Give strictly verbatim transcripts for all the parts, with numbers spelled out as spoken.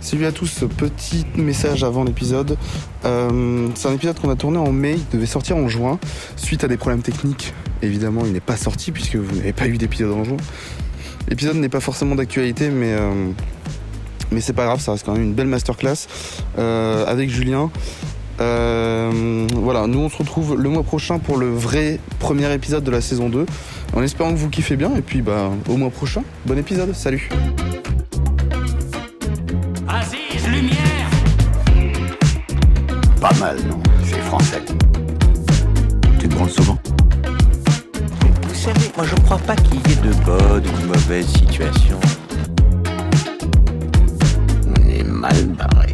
Salut à tous, petit message avant l'épisode. Euh, c'est un épisode qu'on a tourné en mai, il devait sortir en juin. Suite à des problèmes techniques, évidemment, il n'est pas sorti puisque vous n'avez pas eu d'épisode en juin. L'épisode n'est pas forcément d'actualité, mais, euh, mais c'est pas grave, ça reste quand même une belle masterclass euh, avec Julien. Euh, voilà, nous on se retrouve le mois prochain pour le vrai premier épisode de la saison deux, en espérant que vous kiffez bien, et puis bah au mois prochain, bon épisode, salut. Aziz, lumière. Pas mal, non? C'est français. Tu te branles souvent? Vous savez, moi je crois pas qu'il y ait de bonnes ou de mauvaises situations. On est mal barré.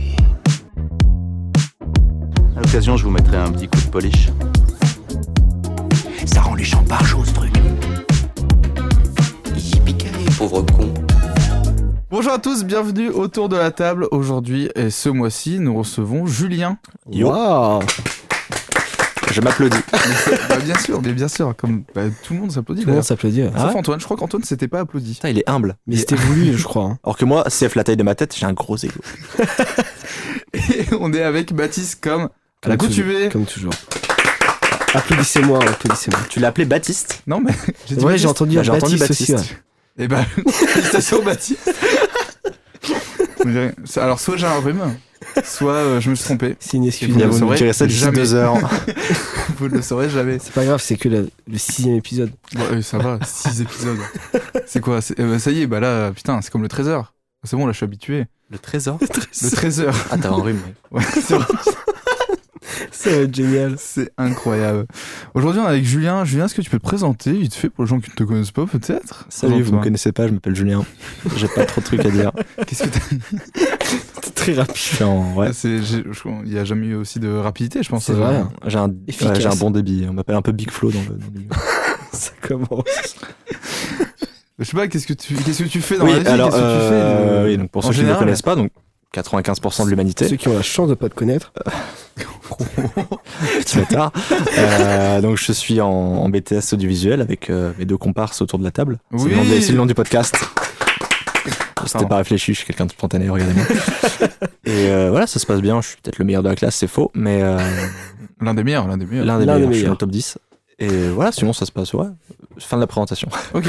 À l'occasion, je vous mettrai un petit coup de polish. Ça rend les champs par jour, ce truc. Yippee-ki-yay, pauvre con. Bonjour à tous, bienvenue autour de la table. Aujourd'hui et ce mois-ci, nous recevons Julien. Yo. Wow. Je m'applaudis. Bah, bien sûr, mais bien sûr, comme bah, tout le monde s'applaudit. Tout le monde s'applaudit. Ouais. Sauf Ah ouais Antoine, je crois qu'Antoine s'était pas applaudi. Putain, il est humble. Mais c'était voulu, je crois. Hein. Alors que moi, C F la taille de ma tête, j'ai un gros ego. Et on est avec Baptiste comme à la Comme coutumée. toujours, Comme toujours. Applaudissez-moi, applaudissez-moi. Tu l'as appelé Baptiste? Non mais j'ai dit Ouais, Baptiste. j'ai entendu, Bah, j'ai Baptiste, entendu Baptiste. aussi. Ouais. Et bah, félicitations Baptiste. On dirait- Alors soit j'ai un rhume, soit euh, je me suis trompé. C'est une excuse. Vous Il y a le vous nous saurez direz ça d'ici jamais. deux heures. Vous ne le saurez jamais. C'est pas grave, c'est que le, le sixième épisode. Bon, euh, ça va, six épisodes. C'est quoi c'est... euh, bah, ça y est, bah là, putain, c'est comme le trésor. C'est bon, là, je suis habitué. Le trésor? Le trésor. Ah, t'as un rhume. Ouais, c'est vrai. Ça va être génial. C'est incroyable. Aujourd'hui, on est avec Julien. Julien, est-ce que tu peux te présenter vite fait pour les gens qui ne te connaissent pas, peut-être? Salut, vous me Présente-toi. connaissez pas, je m'appelle Julien. J'ai pas trop de trucs à dire. Qu'est-ce que t'as... C'est très rapide. Je suis en... Ouais. C'est... j'ai- je- Il n'y a jamais eu aussi de rapidité, je pense. C'est vrai. J'ai un... Efficace. ouais, j'ai un bon débit. On m'appelle un peu Big Flo dans le, dans le milieu. Ça commence. Je sais pas, qu'est-ce que tu, qu'est-ce que tu fais dans Oui, la vie? alors, Qu'est-ce que tu fais euh, de- oui, donc pour en ceux qui ne me général connaissent pas, donc quatre-vingt-quinze pour cent de l'humanité. Ceux qui ont la chance de pas te connaître. Petit bâtard. Euh, donc je suis en, en B T S audiovisuel avec euh, mes deux comparses autour de la table. C'est, Oui. le nom de- c'est le nom du podcast. C'était Pardon. pas réfléchi, je suis quelqu'un de spontané, regardez-moi. Et euh, voilà, ça se passe bien. Je suis peut-être le meilleur de la classe, c'est faux, mais euh, L'un des meilleurs, l'un des meilleurs. l'un des L'un meilleurs. des Je suis dans meilleurs. le top dix. Et voilà, sinon ça se passe, ouais. Fin de la présentation. Ok.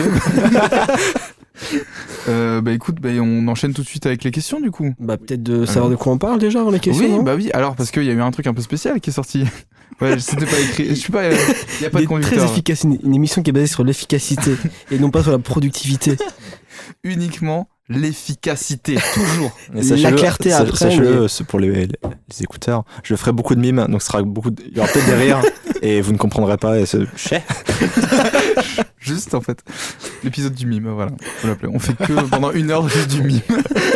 euh, bah écoute, bah, on enchaîne tout de suite avec les questions du coup. Bah, peut-être de savoir de quoi on parle déjà avant les questions. Oui, non bah oui. Alors parce qu'il y a eu un truc un peu spécial qui est sorti. Ouais, c'était pas écrit. Je suis pas. Il y a pas Il de est conducteur. très efficace, une, une émission qui est basée sur l'efficacité et non pas sur la productivité. Uniquement l'efficacité, toujours. Et La clarté sa- après, Sachez-le, mais- c'est pour les, les, les écouteurs. Je ferai beaucoup de mimes, donc ce sera beaucoup. De... Il y aura peut-être des rires et vous ne comprendrez pas. Et c'est... Chais. Juste en fait. L'épisode du mime, voilà. Faut l'appeler. On fait que pendant une heure juste du mime.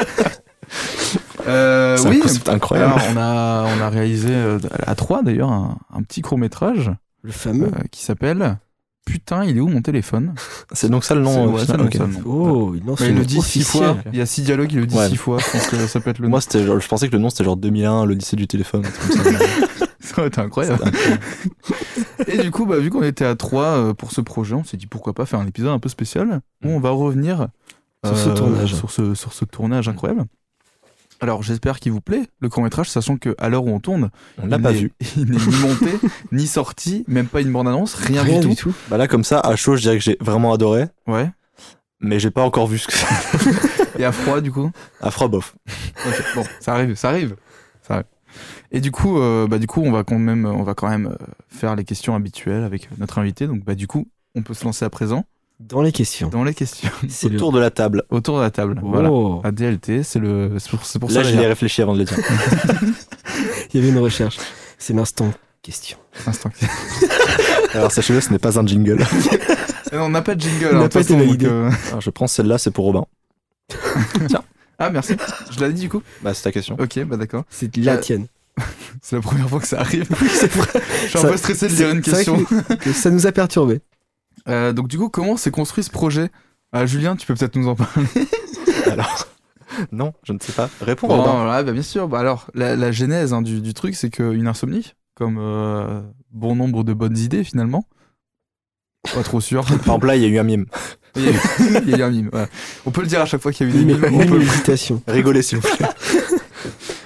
Euh, C'est un oui. concept incroyable. Alors, on a on a réalisé euh, à trois d'ailleurs un, un petit court métrage Le fameux. qui s'appelle Putain, il est où mon téléphone? C'est donc ça le C'est- nom. ouais, euh, c'est final, le nom, ok. c'est le nom. Oh, non, Ouais, c'est il le le dit six fois. officiel. Il y a six dialogues, il le dit Ouais. six fois. Je pense que ça peut être le nom. Moi, c'était genre, je pensais que le nom c'était genre deux mille un, l'Odyssée du téléphone. Un truc comme ça. Ça aurait été incroyable. C'était incroyable. Et du coup, bah, vu qu'on était à trois euh, pour ce projet, on s'est dit pourquoi pas faire un épisode un peu spécial où on va revenir Sur ce tournage. sur ce, sur ce tournage incroyable. Alors, j'espère qu'il vous plaît, le court-métrage, sachant qu'à l'heure où on tourne, On l'a il pas n'est- vu. il n'est ni monté, ni sorti, même pas une bande-annonce, rien, Rien du, du tout. tout. Bah là, comme ça, à chaud, je dirais que j'ai vraiment adoré, Ouais. mais j'ai pas encore vu ce que c'est. Et à froid, du coup. À froid, bof. Ok, bon, ça arrive, ça arrive, ça arrive. Et du coup, euh, bah du coup, on va quand même, on va quand même euh, faire les questions habituelles avec notre invité. Donc, bah du coup, on peut se lancer à présent Dans les questions. dans les questions C'est le. Autour de la table. autour de la table. Oh. Voilà. A D L T, c'est le, c'est pour, c'est pour Là, ça. j'y ai d'ailleurs. réfléchi avant de le dire. Il y avait une recherche. C'est l'instant question. Instant. Alors, sachez-le, ce n'est pas un jingle. Et non, on n'a pas de jingle. Il hein, n'a de pas toute été façon, validé. donc, euh, Alors, je pense celle-là, c'est pour Robin. Ah merci. Je l'ai dit du coup. Bah, c'est ta question. Ok, bah d'accord. C'est la Euh, tienne. C'est la première fois que ça arrive. Je suis un Ça- peu stressé de lire une C'est vrai question. que- que ça nous a perturbés. Euh, donc du coup, comment s'est construit ce projet? Euh, Julien, tu peux peut-être nous en parler. Alors, non, je ne sais pas. Réponds, Bon, Robin. ouais, bah, bien sûr. Bah, alors, la, la genèse hein, du, du truc, c'est qu'une insomnie, comme euh, bon nombre de bonnes idées finalement. Pas trop sûr. Par exemple, là, il y a eu un mime. Il y a eu, il y a eu un mime. Ouais. On peut le dire à chaque fois qu'il y a eu des Une, mimes. On une peut... hésitation. Rigolez, s'il vous plaît.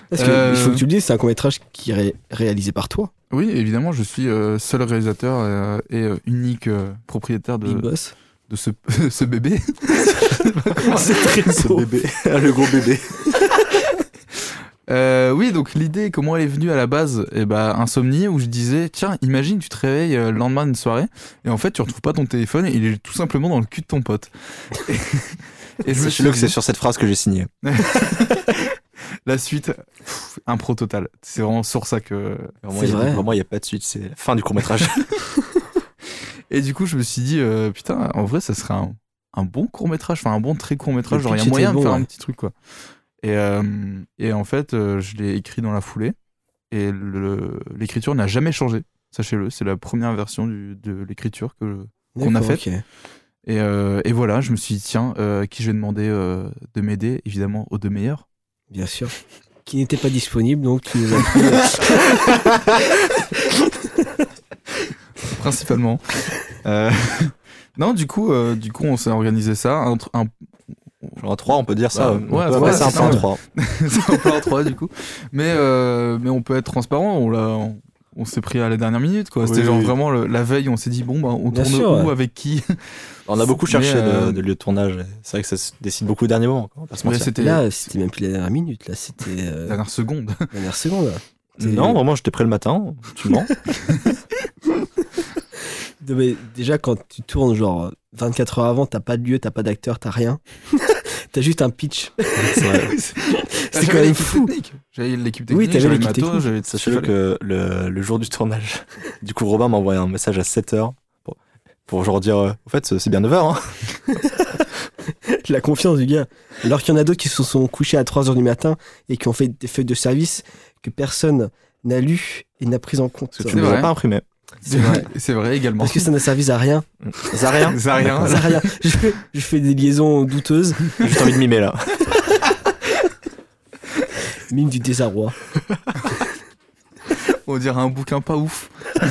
Parce que, Euh, il faut que tu le dises, c'est un court-métrage qui est ré- réalisé par toi, Oui, évidemment, je suis euh, seul réalisateur euh, et euh, unique euh, propriétaire de, Big Boss. de ce, ce bébé. C'est très Ce beau. bébé, le gros bébé. Euh, oui, donc l'idée, comment elle est venue à la base, eh ben, Insomnie, où je disais, tiens, imagine, tu te réveilles euh, le lendemain d'une soirée, et en fait, tu retrouves pas ton téléphone, et il est tout simplement dans le cul de ton pote. Et, et je me suis Sachez-le que dit, c'est sur cette phrase que j'ai signé. la suite, pff, impro total. C'est vraiment sur ça que... Vraiment, C'est il y a- vrai. Vraiment, il n'y a pas de suite. C'est la fin du court-métrage. Et du coup, je me suis dit, euh, putain, en vrai, ça serait un, un bon court-métrage, enfin un bon très court-métrage, Le genre il y a pitch moyen était de faire bon, un ouais. petit truc, quoi. Et, euh, et en fait, euh, je l'ai écrit dans la foulée, et le- l'écriture n'a jamais changé, sachez-le, c'est la première version du- de l'écriture que, qu'on a D'accord, faite. ok. Et, euh, et voilà, je me suis dit, tiens, euh, à qui je vais demander euh, de m'aider, évidemment, aux deux meilleurs. Bien sûr. Qui n'était pas disponible, donc tu nous as pris. Principalement. Euh, non, du coup, euh, du coup, on s'est organisé ça, un, tr- un, Genre à trois, on peut dire ça. Bah, ouais, On peut- voilà, c'est un c'est plan ça. trois. c'est un plan trois du coup. Mais, euh, mais on peut être transparent, on, l'a, on, on s'est pris à la dernière minute, quoi. C'était Oui, genre oui. vraiment le- la veille, on s'est dit, bon, bah, on Bien tourne sûr, où, ouais. avec qui. On a beaucoup cherché Mais, euh, de, de lieux de tournage. C'est vrai que ça se décide beaucoup au dernier moment. On va pas se Ouais, mentir. c'était Là, c'était même plus la dernière minute, là, c'était euh, la dernière seconde. la dernière seconde. Là. C'est- Non, vraiment, j'étais prêt le matin. Tu mens. Non, mais déjà, quand tu tournes, genre vingt-quatre heures avant, t'as pas de lieu, t'as pas d'acteur, t'as rien. T'as juste un pitch. C'est vrai. C'est quand même fou. J'avais l'équipe Oui, technique, t'avais j'avais le l'équipe matos, technique. j'avais Sachez-le que le, le jour du tournage, du coup, Robin m'a envoyé un message à sept heures pour, pour genre dire euh, au fait, c'est bien neuf heures. Hein. La confiance du gars. Alors qu'il y en a d'autres qui se sont couchés à trois heures du matin et qui ont fait des feuilles de service que personne n'a lu et n'a pris en compte. Parce que tu C'est ne les vrai. as pas imprimés. C'est vrai, c'est vrai également. Parce que ça n'a servi à rien. Ça rien. Ça a rien. Ça a rien. Je fais, je fais des liaisons douteuses. J'ai juste envie de mimer là. Mime du désarroi. On dirait un bouquin pas ouf.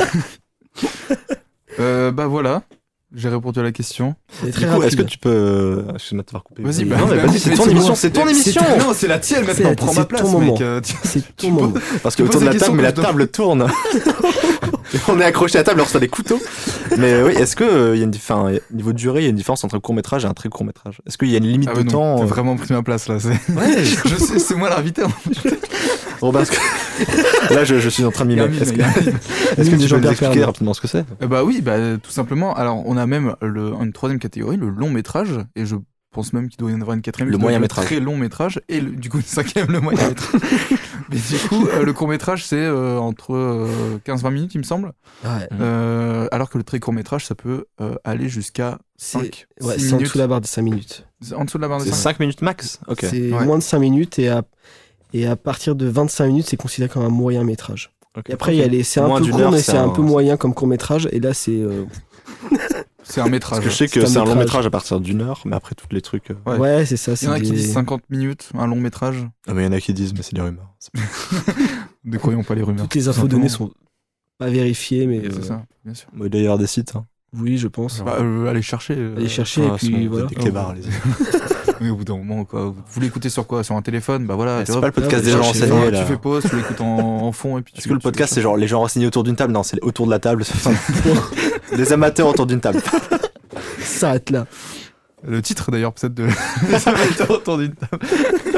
euh, bah voilà, j'ai répondu à la question. C'est Du très coup, rapide. est-ce que tu peux. euh, Excuse-moi de te faire couper. Vas-y, Oui. bah, non, mais bah, vas-y, c'est mais ton c'est émission. bon. C'est ton C'est émission. ta- Non, c'est la tienne C'est maintenant. la- Prends c'est ma place, ton moment. mec. euh, tu- C'est tu ton moment. Parce Tu que autour poses de des la questions table, mais la que je dois- table tourne. On est accroché à la table, on reçoit des couteaux. Mais oui, est-ce que euh, il y a une dif- enfin, niveau de durée, il y a une différence entre un court métrage et un très court métrage? Est-ce qu'il y a une limite Ah ouais, de non, temps t'as euh, vraiment pris ma place là. c'est- Ouais. Je sais, c'est moi l'invité. hein. Robin, est-ce que- là, je, je suis en train de Il y a mimer. un Est-ce mime, que, il y a un mime. est-ce que Mime de tu peux nous Jean-Pierre expliquer Pernaut. rapidement ce que c'est? Euh, bah oui, bah tout simplement. Alors on a même le, une troisième catégorie, le long métrage, et je pense même qu'il doit y en avoir une quatrième. Le qui doit être moyen-métrage. Très long métrage, et le- du coup une cinquième, le moyen métrage. Mais du coup, euh, le court métrage c'est euh, entre euh, quinze vingt minutes, il me semble. Ouais. Euh, alors que le très court métrage, ça peut euh, aller jusqu'à cinq, Ouais, six c'est en minutes. dessous de la barre des cinq minutes. C'est en dessous de la barre des C'est cinq. cinq minutes max. Ok. C'est Ouais. moins de cinq minutes et à, et à partir de vingt-cinq minutes, c'est considéré comme un moyen métrage. Ok. Et après, il y a les, c'est un Moins peu d'une court, heure, mais c'est c'est un un- peu moyen comme court métrage. Et là, c'est. euh, C'est un métrage. Parce que je sais que C'est un c'est un long métrage. métrage à partir d'une heure, mais après tous les trucs. euh, Ouais. Ouais, c'est ça. Il y en a c'est qui des- disent cinquante minutes, un long métrage. Ah, mais il y en a qui disent, mais c'est des rumeurs. C'est pas- Ne croyons pas les rumeurs. Toutes les tout infos données simplement. sont pas vérifiées, mais. C'est euh, ça, bien sûr. Bon, il doit y avoir des sites. Hein. Oui, je pense. Bah, euh, allez chercher. euh, Allez chercher Ah, et sinon, puis vous voilà. êtes des clébards, les Mais au bout d'un moment, quoi. Vous voulez écouter sur quoi? Sur un téléphone? Bah voilà. tu C'est vois, pas le podcast Ah, des bah, gens cherchez, renseignés tu là. fais pause, tu l'écoutes en, en fond et puis tu. Est-ce que le tu- podcast tu- c'est genre les gens renseignés autour d'une table? Non, c'est autour de la table. Des amateurs autour d'une table. Ça s'arrête là. Le titre d'ailleurs peut-être de. Ça va être autour d'une table.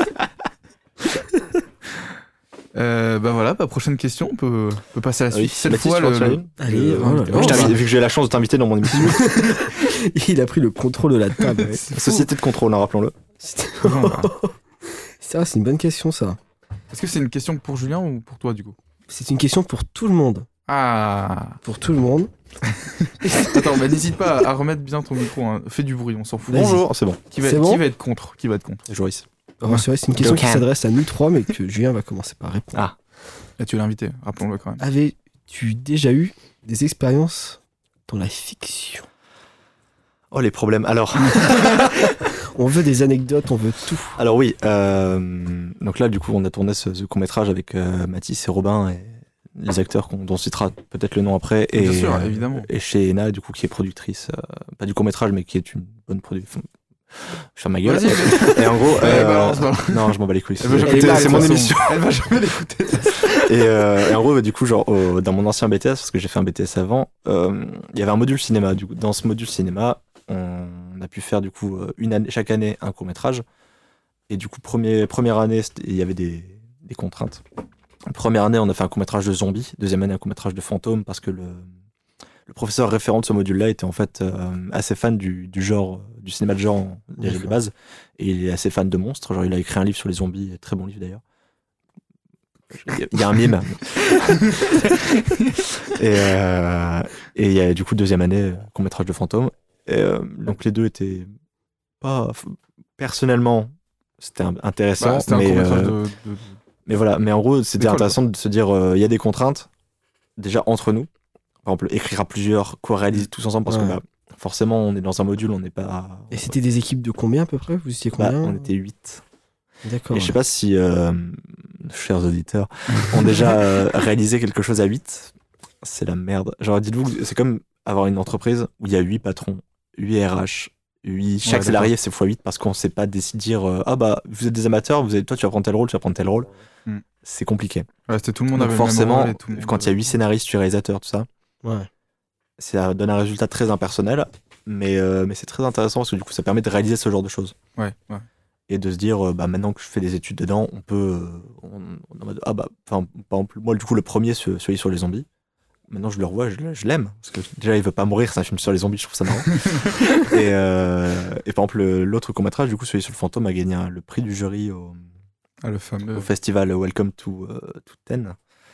Euh, bah voilà, bah prochaine question, on peut, on peut passer à la Ah oui, suite. Cette Baptiste, fois, tu en le, as le- une Allez, Euh, oh là là. Moi, je Oh, t'invite- bah. vu que j'ai la chance de t'inviter dans mon émission. Il a pris le contrôle de la table. ouais. c'est fou. Société de contrôle, hein, rappelons-le. C'était- Bon, bah. Ça, c'est une bonne question, ça. Est-ce que c'est une question pour Julien ou pour toi du coup? C'est une question pour tout le monde. Ah. Pour tout le monde. Attends, bah n'hésite pas à remettre bien ton micro. Hein. Fais du bruit, on s'en fout. Vas-y. Bonjour, c'est bon. Qui va, C'est qui bon va être contre? Qui va être contre? Joris. Alors, c'est vrai, c'est une question qui Can. s'adresse à nous trois, mais que Julien va commencer par répondre. Ah. Là, tu es l'invité, rappelons-le quand même. Avais-tu déjà eu des expériences dans la fiction? Oh les problèmes. Alors, On veut des anecdotes, on veut tout. alors oui. euh, donc là, du coup, on a tourné ce, ce court métrage avec euh, Mathis et Robin et les acteurs qu'on, dont on citera peut-être le nom après. Et, Bien sûr, euh, évidemment. Et chez Ena, du coup, qui est productrice, euh, pas du court métrage, mais qui est une bonne productrice. je ferme ma gueule. Vas-y, Et en gros, Ouais, euh, balance, balance. non, je m'en bats les couilles. Elle va C'est, jamais c'est- l'écouter, c'est mon de toute émission. façon. Elle va jamais l'écouter. Et, euh, et en gros, bah, du coup, genre, au- dans mon ancien B T S, parce que j'ai fait un B T S avant, euh, il y avait un module cinéma. Du coup, dans ce module cinéma, on a pu faire du coup euh, une année, chaque année un court métrage. Et du coup, premier, première année, c'était- il y avait des, des contraintes. Première année, on a fait un court métrage de zombies. Deuxième année, un court métrage de fantômes, parce que le, le professeur référent de ce module-là était en fait euh, assez fan du, du genre, du cinéma de genre en- déjà de base. Et il est assez fan de monstres. Genre, il a écrit un livre sur les zombies, très bon livre d'ailleurs. Il y a- il y a un mime. et euh, et il y a du coup deuxième année court métrage de fantômes. Et, euh, donc les deux étaient pas personnellement c'était un- intéressant, Bah, c'était un mais court-métrage euh, de, de- mais voilà. Mais en gros c'était D'école, intéressant de se dire euh, il y a des contraintes déjà entre nous. Par exemple écrire à plusieurs, co-réaliser tous ensemble parce Ouais. que bah, forcément on est dans un module, on n'est pas. Et c'était des équipes de combien à peu près? Vous étiez Bah, combien? on était huit. D'accord. Et je sais pas si, euh, chers auditeurs, ont déjà euh, réalisé quelque chose à huit. C'est la merde. Genre, dites-vous, que c'est comme avoir une entreprise où il y a huit patrons, huit R H, huit chaque Ouais, salarié c'est fois huit parce qu'on sait pas décider dire euh, ah bah vous êtes des amateurs, vous êtes, toi tu vas prendre tel rôle, tu vas prendre tel rôle. Mm. C'est compliqué. Ouais, c'était tout le monde Donc avait le même forcément, rôle et tout le monde- quand il y a huit scénaristes, huit réalisateurs, tout ça, Ouais. ça donne un résultat très impersonnel, mais, euh, mais c'est très intéressant parce que du coup ça permet de réaliser ce genre de choses. Ouais, ouais. Et de se dire, euh, bah, maintenant que je fais des études dedans, on peut. euh, on, on est en mode, ah bah, enfin, par exemple, moi, du coup, le premier, ce- celui sur les zombies, maintenant je le revois, je, je l'aime. Parce que déjà, il veut pas mourir, c'est un film sur les zombies, je trouve ça marrant. et, euh, et par exemple, le- l'autre court-métrage, du coup, celui sur le fantôme, a gagné un- le prix du jury au, Ah, le fameux. au festival Welcome to, euh, to Ten.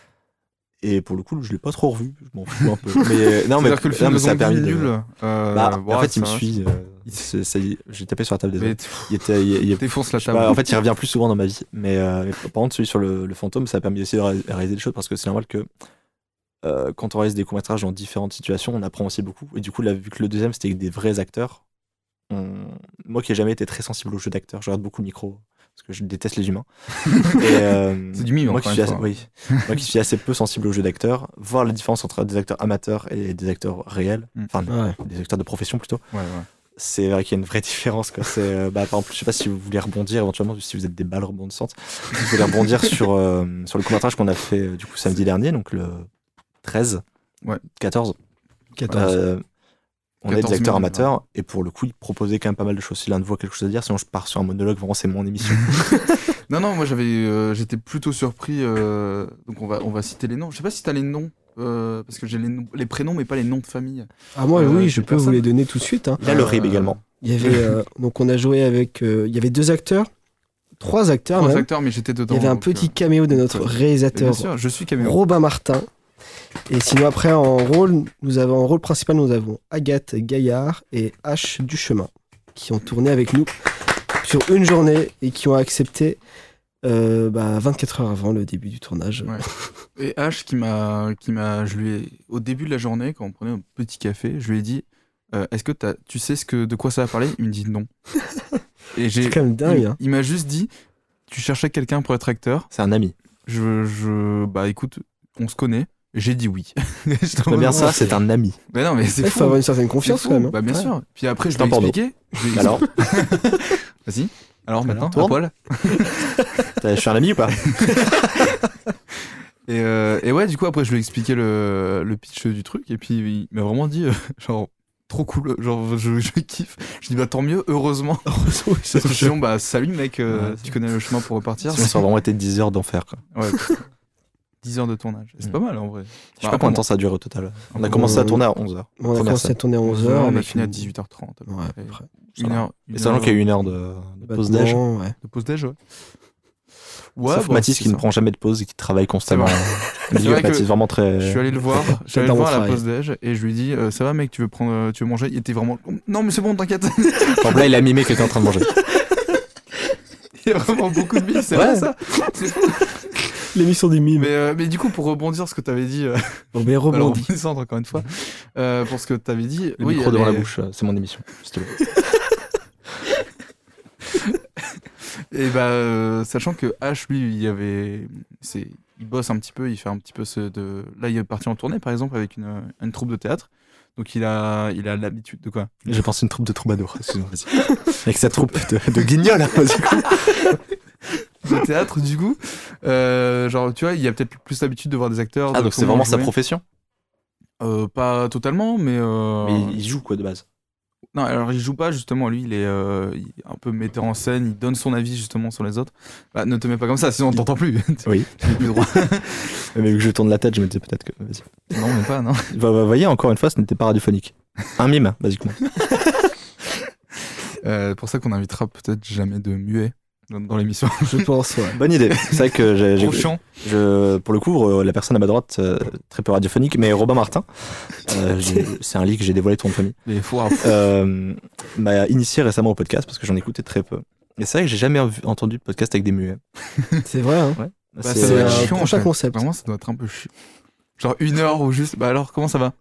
Et pour le coup, je l'ai pas trop revu, je m'en fous un peu. Mais, euh, non, mais, C'est-à-dire que le non, film mais de ça a zombie permis de. nul. euh, Bah, en ouais, fait, il me ça- suit. euh, c'est- ça y est, j'ai tapé sur la table désolé. Mais Il était, il, il- défonce la je sais table. pas, en fait, il revient plus souvent dans ma vie. Mais, euh, mais par contre, celui sur le, le fantôme, ça a permis aussi de ré- réaliser des choses parce que c'est normal que euh, quand on réalise des courts-métrages dans différentes situations, on apprend aussi beaucoup. Et du coup, là, vu que le deuxième, c'était avec des vrais acteurs, on- moi qui n'ai jamais été très sensible au jeu d'acteur, je regarde beaucoup le micro parce que je déteste les humains. Et, euh, C'est du mime, moi encore qui, suis une assez, fois. oui, moi qui suis assez peu sensible au jeu d'acteur, voir la différence entre des acteurs amateurs et des acteurs réels, Mm. enfin Ouais. des acteurs de profession plutôt, Ouais, ouais. c'est vrai qu'il y a une vraie différence. Quoi. C'est, euh, bah, par exemple, je sais pas si vous voulez rebondir éventuellement, si vous êtes des balles rebondissantes, si vous voulez rebondir sur, euh, sur le court-métrage qu'on a fait euh, du coup samedi dernier, donc le treize, Ouais. quatorze. quatorze. Euh, on est quatorze des acteurs minutes, amateurs et pour le coup, ils proposaient quand même pas mal de choses. Si l'un de vous a quelque chose à dire, sinon je pars sur un monologue, vraiment c'est mon émission. Non, non, moi j'avais, euh, j'étais plutôt surpris. euh, donc on va, on va citer les noms. Je sais pas si t'as les noms, euh, parce que j'ai les, noms- les prénoms, mais pas les noms de famille. Ah, moi, euh, oui, ces je peux vous personnes. les donner tout de suite. Hein. Il y a le R I B Euh, également. Il y avait, euh, donc, on a joué avec. euh, il y avait deux acteurs, trois acteurs Trois même. acteurs, mais j'étais dedans. Il y avait un donc, petit euh, caméo de notre et bien réalisateur sûr, je suis caméo. Robin Martin. Et sinon, après, en rôle, nous avons, en rôle principal, nous avons Agathe Gaillard et H Duchemin, qui ont tourné avec nous sur une journée et qui ont accepté euh, bah, vingt-quatre heures avant le début du tournage. Ouais. Et H qui m'a, qui m'a, je lui ai, au début de la journée, quand on prenait un petit café, je lui ai dit, euh, est-ce que t'as, tu sais ce que, de quoi ça va parler? Il me dit non. Et j'ai, C'est quand même dingue. il, Hein. il m'a juste dit, tu cherchais quelqu'un pour être acteur? C'est un ami. Je, je, bah écoute, on se connaît. J'ai dit oui. C'est bien ça, c'est un ami. Mais non, mais c'est Il fou. faut avoir une certaine C'est confiance fou. quand même. hein. Bah bien Ouais. sûr. Puis après, je C'est lui ai un porno. expliqué. Je lui ai Alors, Vas-y. Alors maintenant, tourne. à poil. t'as- je suis un ami ou pas? Et, euh, et ouais, du coup, après, je lui ai expliqué le, le pitch du truc. Et puis, il m'a vraiment dit, euh, genre, trop cool. Genre, je, je kiffe. Je dis, bah tant mieux, heureusement. Parce que sinon, bah salut mec, euh, Ouais. tu connais le chemin pour repartir. Sinon, ça aurait vraiment été dix heures d'enfer. Quoi. Ouais. dix heures de tournage. C'est Mm. pas mal en vrai. Je sais pas combien de temps ça a duré au total. On a Euh, commencé à tourner à onze heures. On a Première commencé à scène. tourner à onze heures. On a avec fini à une- dix-huit heures trente. à peu Ouais, à près. peu près. Une va. heure. Et sachant qu'il y a eu une heure de, de pause déj. Battement, ouais. De pause déj, ouais. Ouais, Sauf bon, Mathis c'est qui ne ça. prend jamais de pause et qui travaille constamment. C'est Dis, vrai que Mathis, vraiment très. Je suis allé le voir, je suis allé le J'adore voir à mon la travail. pause déj et je lui ai dit euh, ça va mec, tu veux prendre euh, tu veux manger? Il était vraiment non mais c'est bon, t'inquiète. Par exemple, là, il a mimé quelqu'un en train de manger. Il y a vraiment beaucoup de billes, c'est Ouais. vrai ça. C'est fou. L'émission des mimes. Mais, euh, mais du coup pour rebondir sur ce que t'avais dit, euh, Bon, ben, alors, rebondis. rebondissant encore une fois, euh, pour ce que t'avais dit, Le oui, micro il y devant la avait- bouche, euh, c'est mon émission. Si tu veux. Et bah euh, sachant que H lui il y avait c'est il bosse un petit peu, il fait un petit peu ce de là il est parti en tournée par exemple avec une, une troupe de théâtre. Donc il a, il a l'habitude de quoi? J'ai pensé une troupe de troubadours. Excuse-moi, vas-y. Avec sa troupe de, de guignols, hein, vas-y. Le théâtre, du coup, euh, genre, tu vois, il y a peut-être plus l'habitude de voir des acteurs. Ah, de donc c'est comment vraiment sa jouer. profession. Euh, pas totalement, mais. Euh... Mais il joue quoi de base? Non, alors il joue pas, justement, lui, il est, euh, il est un peu metteur en scène, il donne son avis justement sur les autres. Bah, ne te mets pas comme ça, sinon on t'entend plus. Oui. J'ai plus droit. Mais vu que je tourne la tête, je me disais peut-être que. Vas-y. Non, mais pas, non. Vous voyez, encore une fois, ce n'était pas radiophonique. Un mime, basiquement. Euh, pour ça qu'on invitera peut-être jamais de muet dans, dans l'émission. Je pense, ouais. Bonne idée. C'est vrai que j'ai. j'ai- Trop chiant. Je, pour le coup, euh, la personne à ma droite, euh, très peu radiophonique, mais Robin Martin, euh, j'ai- c'est un lit que j'ai dévoilé ton famille, Mais faut euh, m'a initié récemment au podcast parce que j'en écoutais très peu. Et c'est vrai que j'ai jamais vu- entendu de podcast avec des muets. C'est vrai, hein. Ouais. Bah, C'est- ça doit être un chiant, prochain en fait. concept. Vraiment, ça doit être un peu chiant. Genre une heure ou juste. Bah alors, comment ça va?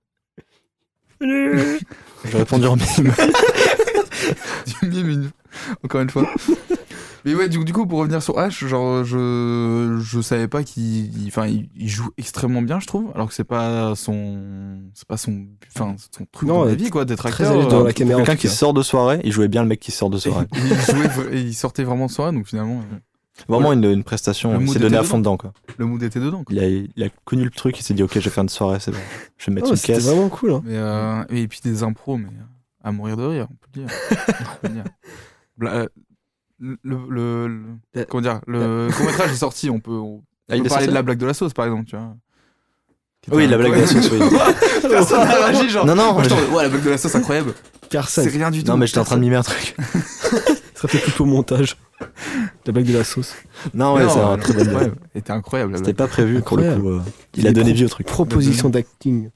J'ai répondu en mime. Du mime, une- encore une fois. Mais ouais, du, du coup, pour revenir sur H, genre, je, je savais pas qu'il, il- enfin, il, il joue extrêmement bien, je trouve, alors que c'est pas son, c'est pas son, enfin, son truc Non, dans la ouais, vie, quoi, d'être très acteur. à l'aise dans euh, la caméra. Quelqu'un en tout qui cas. sort de soirée, il jouait bien le mec qui sort de soirée. il, jouait, et il sortait vraiment de soirée, donc finalement, euh, Vraiment une, une prestation, Le il mood s'est donné était à fond dedans, quoi. le mood était dedans, quoi. Il a, il a connu le truc, il s'est dit ok, je vais faire une soirée, c'est bon. Je vais me mettre Oh, une c'était caisse. vraiment cool, hein. Mais, euh, et puis des impros, mais euh, à mourir de rire, on peut le dire. On peut le dire. Bla- euh, le, le, le- La- comment dire, le court-métrage est sorti, on peut, on Ah, il peut est parler sorti de la blague de la sauce, par exemple, tu vois. Qui était Oui, la blague de la incroyable. sauce, oui. Personne n'a réagi, genre. Non, non, Moi, je je- t'en- ouais, la blague de la sauce, incroyable. C'est Personne. rien du tout. Non, mais j'étais en train de mimer un truc. Ça fait plus au montage. La blague de la sauce. Non, ouais, Non, c'est un euh, très bon ouais, blague. était incroyable. La C'était blague. pas prévu pour le Incroyable. coup. euh, Il a donné vie au truc. Proposition d'acting.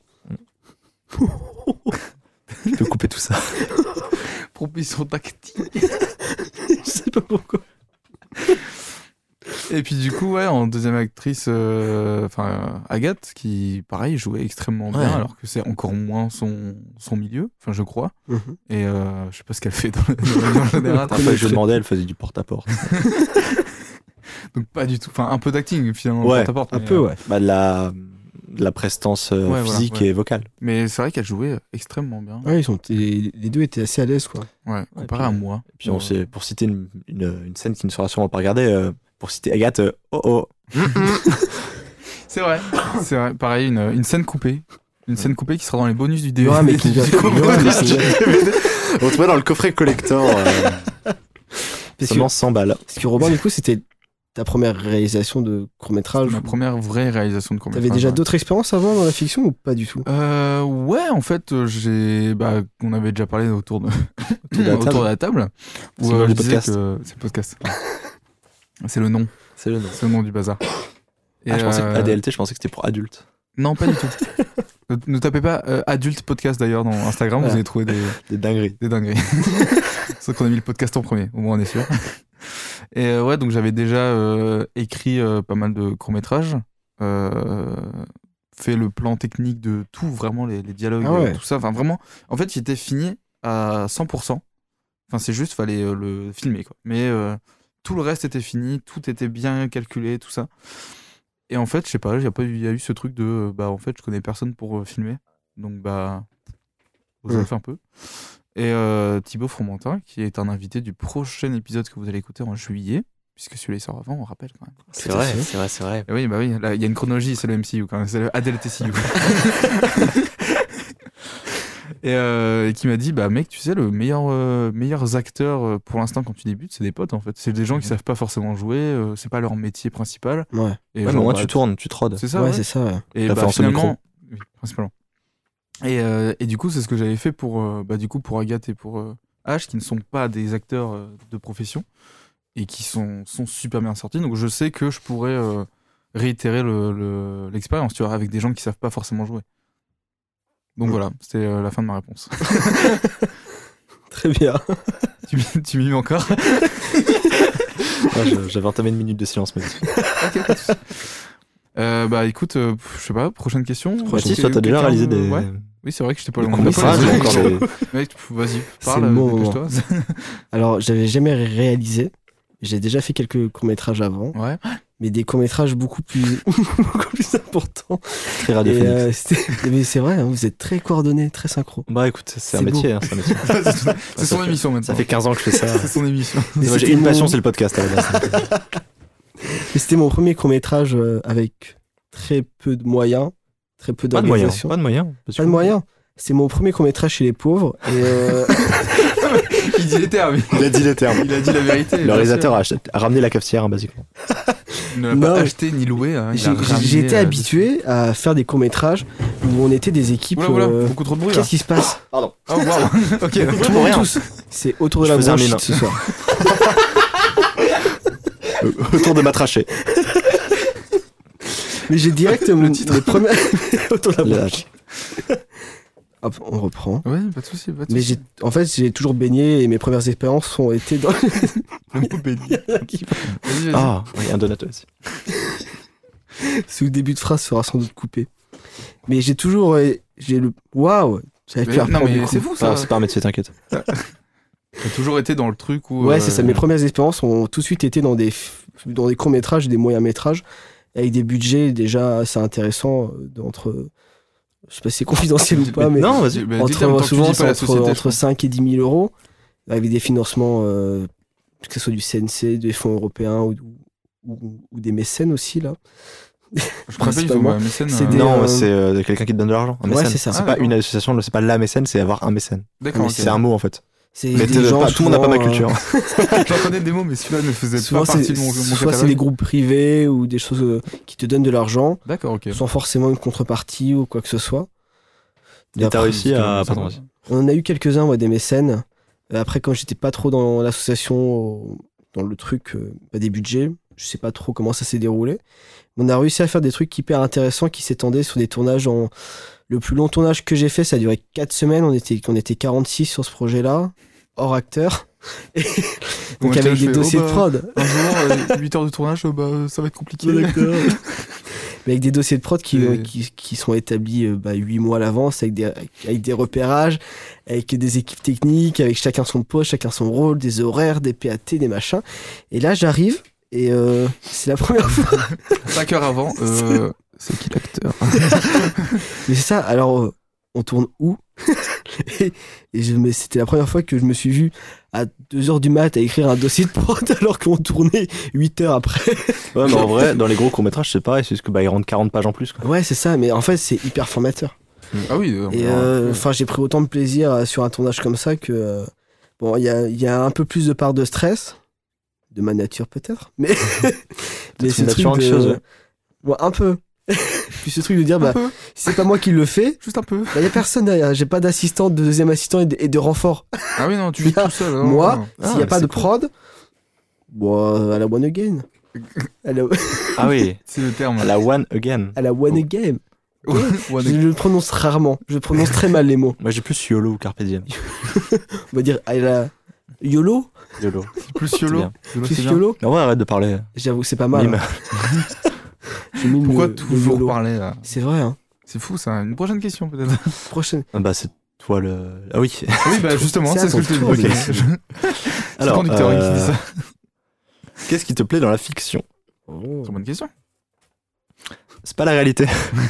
Tu peux couper tout ça. Proposition tactique. Je sais pas pourquoi. Et puis du coup, ouais, en deuxième actrice, euh, enfin euh, Agathe, qui pareil jouait extrêmement bien, Ouais. alors que c'est encore moins son, son milieu, enfin je crois. Mhm. Et euh, je sais pas ce qu'elle fait dans le, dans le- dans le général. Après, je lui demandais, elle faisait du porte-à-porte. Donc pas du tout, enfin un peu d'acting finalement. Ouais, porte-à-porte, Un mais, peu, euh, ouais. Bah, de la, de la prestance euh, Ouais, voilà, physique ouais. et vocale. Mais c'est vrai qu'elle jouait extrêmement bien. Ouais, ils sont, les les deux étaient assez à l'aise, quoi. Ouais, comparé puis, à moi. Et puis, on s'est- pour citer une, une, une scène qui ne sera sûrement pas regardée, euh, pour citer Agathe, euh, oh oh. C'est vrai, c'est vrai. Pareil, une, une scène coupée. Une scène coupée qui sera dans les bonus du D V D. Ouais, mais qui vient- Du coup, ouais, mais qui vient- On trouvait dans le coffret collector. Euh, Parce seulement que, cent balles. parce que Robin, du coup, c'était ta première réalisation de court-métrage. ma première vraie réalisation de court-métrage. T'avais déjà ouais. d'autres expériences avant dans la fiction ou pas du tout? Euh, ouais, en fait, euh, j'ai, bah, on avait déjà parlé autour de, de la autour table. de la table. C'est Où le nom euh, je du disais podcast. que c'est le podcast. C'est le nom, C'est le nom. c'est le nom du bazar. Et, Ah, je pensais que euh, A D L T, je pensais que c'était pour adultes. Non, pas du tout. ne, ne tapez pas euh, adulte podcast d'ailleurs dans Instagram, Ah. vous allez trouver des, Des dingueries. des dingueries. C'est qu'on a mis le podcast en premier, au moins on est sûr. Et euh, ouais, donc j'avais déjà euh, écrit euh, pas mal de courts-métrages, euh, fait le plan technique de tout, vraiment les, les dialogues, Ah ouais. euh, tout ça. Enfin, vraiment, en fait, il était fini à cent pour cent. Enfin, c'est juste, fallait euh, le filmer, quoi. Mais euh, tout le reste était fini, tout était bien calculé, tout ça. Et en fait, je sais pas, il y a pas eu, il y a eu ce truc de, euh, bah, en fait, je connais personne pour euh, filmer. Donc, bah, vous avez Ouais. fait un peu. Et euh, Thibaut Fromentin, qui est un invité du prochain épisode que vous allez écouter en juillet, puisque celui-là il sort avant, on rappelle quand même. C'est vrai, c'est vrai, c'est vrai. Et oui, bah oui, là, il y a une chronologie, c'est le M C U quand même, c'est le A D L T C U. Et euh, qui m'a dit, bah mec, tu sais, le meilleur, euh, meilleurs acteurs euh, pour l'instant quand tu débutes, c'est des potes en fait. C'est des gens qui savent pas forcément jouer, euh, c'est pas leur métier principal. Ouais. Et Ouais, mais genre, au moins bah, tu tournes, tu trodes. C'est ça, ouais, ouais. c'est ça, ouais. Et T'as bah, fait en finalement, semi-pro. oui, principalement. Et, euh, et du coup, c'est ce que j'avais fait pour, euh, bah, du coup, pour Agathe et pour euh, H, qui ne sont pas des acteurs euh, de profession et qui sont, sont super bien sortis. Donc je sais que je pourrais euh, réitérer le- le- l'expérience, tu vois, avec des gens qui savent pas forcément jouer. Donc Mm. voilà, c'était euh, la fin de ma réponse. Très bien. tu m'y- tu m'y mets encore? Ouais, je- J'avais entamé une minute de silence, mais. Ok, pas de souci. Euh, bah écoute, euh, je sais pas, prochaine question. Mathis, Est-ce toi, que t'as déjà quelqu'un réalisé veut- des. Ouais. Oui, c'est vrai que je t'ai pas des le courts-métrages, Désolé. ou encore des- Mec, vas-y, C'est parle, le bon dépêche-toi. Alors, j'avais jamais réalisé. J'ai déjà fait quelques courts-métrages avant. Ouais. mais des courts-métrages beaucoup plus, beaucoup plus importants. Très Et, radiophonique. euh, c'était- mais c'est vrai, hein, vous êtes très coordonnés, très synchro. Bah écoute, c'est c'est un métier. Hein, c'est un métier. C'est son émission maintenant. Ça fait quinze ans que je fais ça. C'est son émission. Mais Moi, j'ai c'était une passion, mon- c'est le podcast à la base. Et c'était mon premier court-métrage euh, avec très peu de moyens, très peu Pas de moyens. d'organisation. Pas de moyens. Pas de moyens. C'est mon premier court-métrage chez les pauvres. Et euh, Il dit les termes. Il a dit les termes. Il a dit la vérité. Le réalisateur a, acheté- a ramené la cafetière, hein, basiquement. Il ne l'a Non. pas acheté ni loué. hein, il j'ai a ramené, j'ai été euh, habitué à faire des courts-métrages où on était des équipes. Oula, oula, euh, beaucoup trop de bruit là. Qu'est-ce qui se passe? Pardon. Oh, waouh. Ok. Tout le pour monde rien. tous. C'est autour de Je la faisais un bronchite mime. ce soir. Euh, Autour de ma trachée. Mais j'ai direct mon, les premières autour de la Là, bronchite. Hop, on reprend. Ouais, pas de soucis. Pas de Mais soucis. j'ai, en fait, j'ai toujours baigné et mes premières expériences ont été dans. Le mot béni. Vas-y, vas-y. Ah, oui, un donateur aussi. Ce début de phrase sera sans doute coupé. Mais j'ai toujours. euh, J'ai le. Waouh! J'avais Mais- pu non, apprendre mais du coup. c'est fou ça. Ah, c'est pas un métier, t'inquiète. T'as toujours été dans le truc où. Ouais, euh, c'est ça. Mes premières expériences ont tout de suite été dans des, f- dans des courts-métrages, des moyens-métrages, avec des budgets déjà assez intéressants. euh, d'entre. Je sais pas si c'est confidentiel ou pas, mais. Non, vas-y. Bah, dis Entre, termes, tant que tu souvent, dis c'est pas la entre, société, je entre pense. cinq et dix mille euros, avec des financements, euh, que ce soit du C N C, des fonds européens ou, ou, ou des mécènes aussi, là. Je me rappelle, ils ont Principalement, un mécène. c'est euh, des- Non, euh, c'est euh, quelqu'un qui te donne de l'argent. Un Ouais, mécène. c'est ça. C'est Ah, pas d'accord. une association, c'est pas la mécène, c'est avoir un mécène. D'accord, ok. C'est un mot en fait. C'est Mais des t'es- gens, pas- tout le monde n'a pas ma souvent, culture. euh, J'en connais des mots, mais celui-là ne faisait Souvent, pas c'est, partie de mon, mon soit c'est catalogue. des groupes privés ou des choses euh, qui te donnent de l'argent, D'accord, ok. sans forcément une contrepartie ou quoi que ce soit. Et t'as après, réussi à. Ça Pardon, va. vas-y. On en a eu quelques-uns, ouais, des mécènes. Euh, Après, quand j'étais pas trop dans l'association, euh, dans le truc euh, bah, des budgets, je sais pas trop comment ça s'est déroulé. On a réussi à faire des trucs hyper intéressants qui s'étendaient sur des tournages en. Le plus long tournage que j'ai fait, ça a duré quatre semaines. On était, on était quarante-six sur ce projet-là, hors acteurs. Et donc Ouais, avec je des fais, dossiers oh, de bah, prod. Un jour, euh, huit heures de tournage, euh, bah, ça va être compliqué. Mais avec des dossiers de prod qui, Et- euh, qui, qui sont établis euh, bah, huit mois à l'avance, avec des, avec des repérages, avec des équipes techniques, avec chacun son poste, chacun son rôle, des horaires, des P A T, des machins. Et là, j'arrive, et euh, c'est la première fois. cinq heures avant, euh, c'est qui l'acteur? Mais c'est ça, alors, euh, on tourne où? Et, et je me- c'était la première fois que je me suis vu à deux heures du mat à écrire un dossier de prod alors qu'on tournait huit heures après. Ouais, mais en vrai, dans les gros courts-métrages, c'est pareil, c'est juste que bah, ils rentrent quarante pages en plus. Quoi. Ouais, c'est ça, mais en fait, c'est hyper formateur. Ah oui. euh, Et euh, enfin, j'ai pris autant de plaisir euh, sur un tournage comme ça que euh, bon, il y a, il y a un peu plus de part de stress, de ma nature peut-être, mais mais une ce truc nature de, anxieuse. bon, un peu. Puis ce truc de dire un bah peu, si c'est pas moi qui le fais, juste un peu. il y a personne derrière, j'ai pas d'assistant, de deuxième assistant et de, et de renfort. Ah oui, non, tu Il es y a tout seul. non, moi, non. s'il Ah, y a mais pas c'est de cool. prod, bon, à la one again. À la, Ah oui, C'est le terme. la one again. à la one again. One- Je le prononce rarement, je prononce très mal les mots. Moi j'ai plus YOLO ou Carpe Diem. On va dire à la YOLO, YOLO. Plus YOLO. bien. YOLO, plus c'est bien. YOLO. Mais en vrai, arrête de parler. J'avoue, c'est pas mal. Mime. hein. J'ai mis Pourquoi le- le toujours YOLO. parler là? C'est vrai, hein. C'est fou ça. Une prochaine question peut-être. Prochaine. Ah bah c'est toi le. Ah oui. Oui, bah justement, C'est c'est à ce que je te ton tour, dis. ok. C'est le Alors, conducteur euh, qui dit ça. Qu'est-ce qui te plaît dans la fiction? Oh. C'est une bonne question. C'est pas la réalité.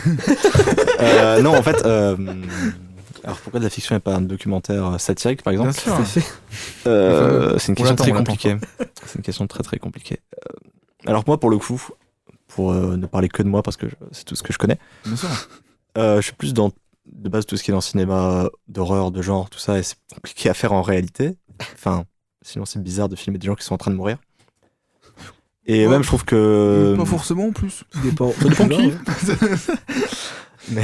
Euh, non, en fait. euh, Alors pourquoi de la fiction et pas un documentaire euh, satirique par exemple? Bien sûr. Tout à fait. Euh, c'est une On question l'attend, très on l'attend. compliquée. C'est une question très très compliquée. Euh, alors moi pour le coup, pour euh, ne parler que de moi parce que je- c'est tout ce que je connais, Bien sûr. euh, je suis plus dans de base tout ce qui est dans le cinéma d'horreur, de genre, tout ça, et c'est compliqué à faire en réalité. Enfin, sinon c'est bizarre de filmer des gens qui sont en train de mourir. Et Ouais. même je trouve que Pas forcément en plus. Tout dépend. Ça dépend qui. mais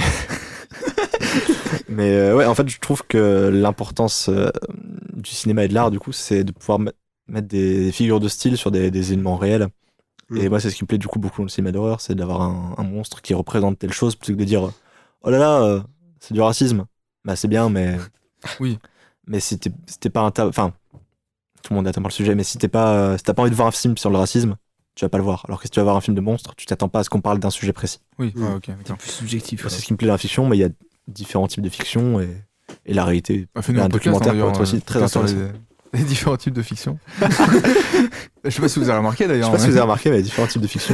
mais euh, ouais, en fait je trouve que l'importance euh, du cinéma et de l'art du coup c'est de pouvoir me- mettre des figures de style sur des, des événements réels. Mm. Et moi c'est ce qui me plaît du coup beaucoup dans le cinéma d'horreur, c'est d'avoir un, un monstre qui représente telle chose plutôt que de dire oh là là euh, c'est du racisme. Bah c'est bien mais Oui. mais si t'es si t'es pas un ta- enfin tout le monde attend par le sujet, mais si t'es pas euh, si t'as pas envie de voir un film sur le racisme, tu vas pas le voir. Alors que si tu vas voir un film de monstre, tu t'attends pas à ce qu'on parle d'un sujet précis. Oui, Mm. ouais, ok. C'est d'accord. plus subjectif. Moi, c'est ce qui me plaît dans la fiction, mais il y a différents types de fiction et, et la réalité. Bah, fais-nous un un podcast, documentaire hein, peut être d'ailleurs, aussi euh, très podcast sur intéressant. les- les différents types de fiction. Je sais pas si vous avez remarqué Je d'ailleurs. sais pas si mais- vous avez remarqué, mais il y a différents types de fiction.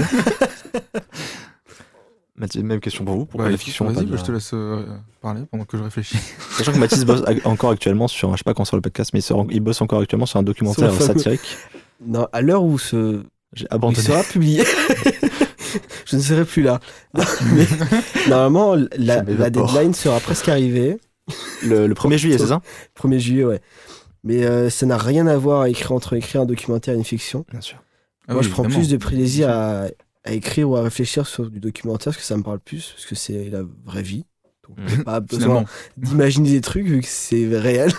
Mathieu, même question pour vous. Pourquoi Bah, la fiction Vas-y, pas bah, de- je te laisse euh, parler pendant que je réfléchis. Sachant que Mathis bosse ag- encore actuellement sur, je sais pas quand sur le podcast, mais il, sort- il bosse encore actuellement sur un documentaire Sur le fameux- satirique. Non, à l'heure où ce J'ai où il abandonné. sera publié, je ne serai plus là. Non, mais normalement, la, Je la m'évapore. deadline sera presque arrivée. Le, le premier juillet, c'est ça? premier juillet, ouais. Mais euh, ça n'a rien à voir à écrire, entre écrire un documentaire et une fiction. Bien sûr. Ah Moi, oui, je prends évidemment. plus de plaisir à, à écrire ou à réfléchir sur du documentaire parce que ça me parle plus, parce que c'est la vraie vie. Donc, Mhm. j'ai pas besoin Finalement. d'imaginer des trucs vu que c'est réel.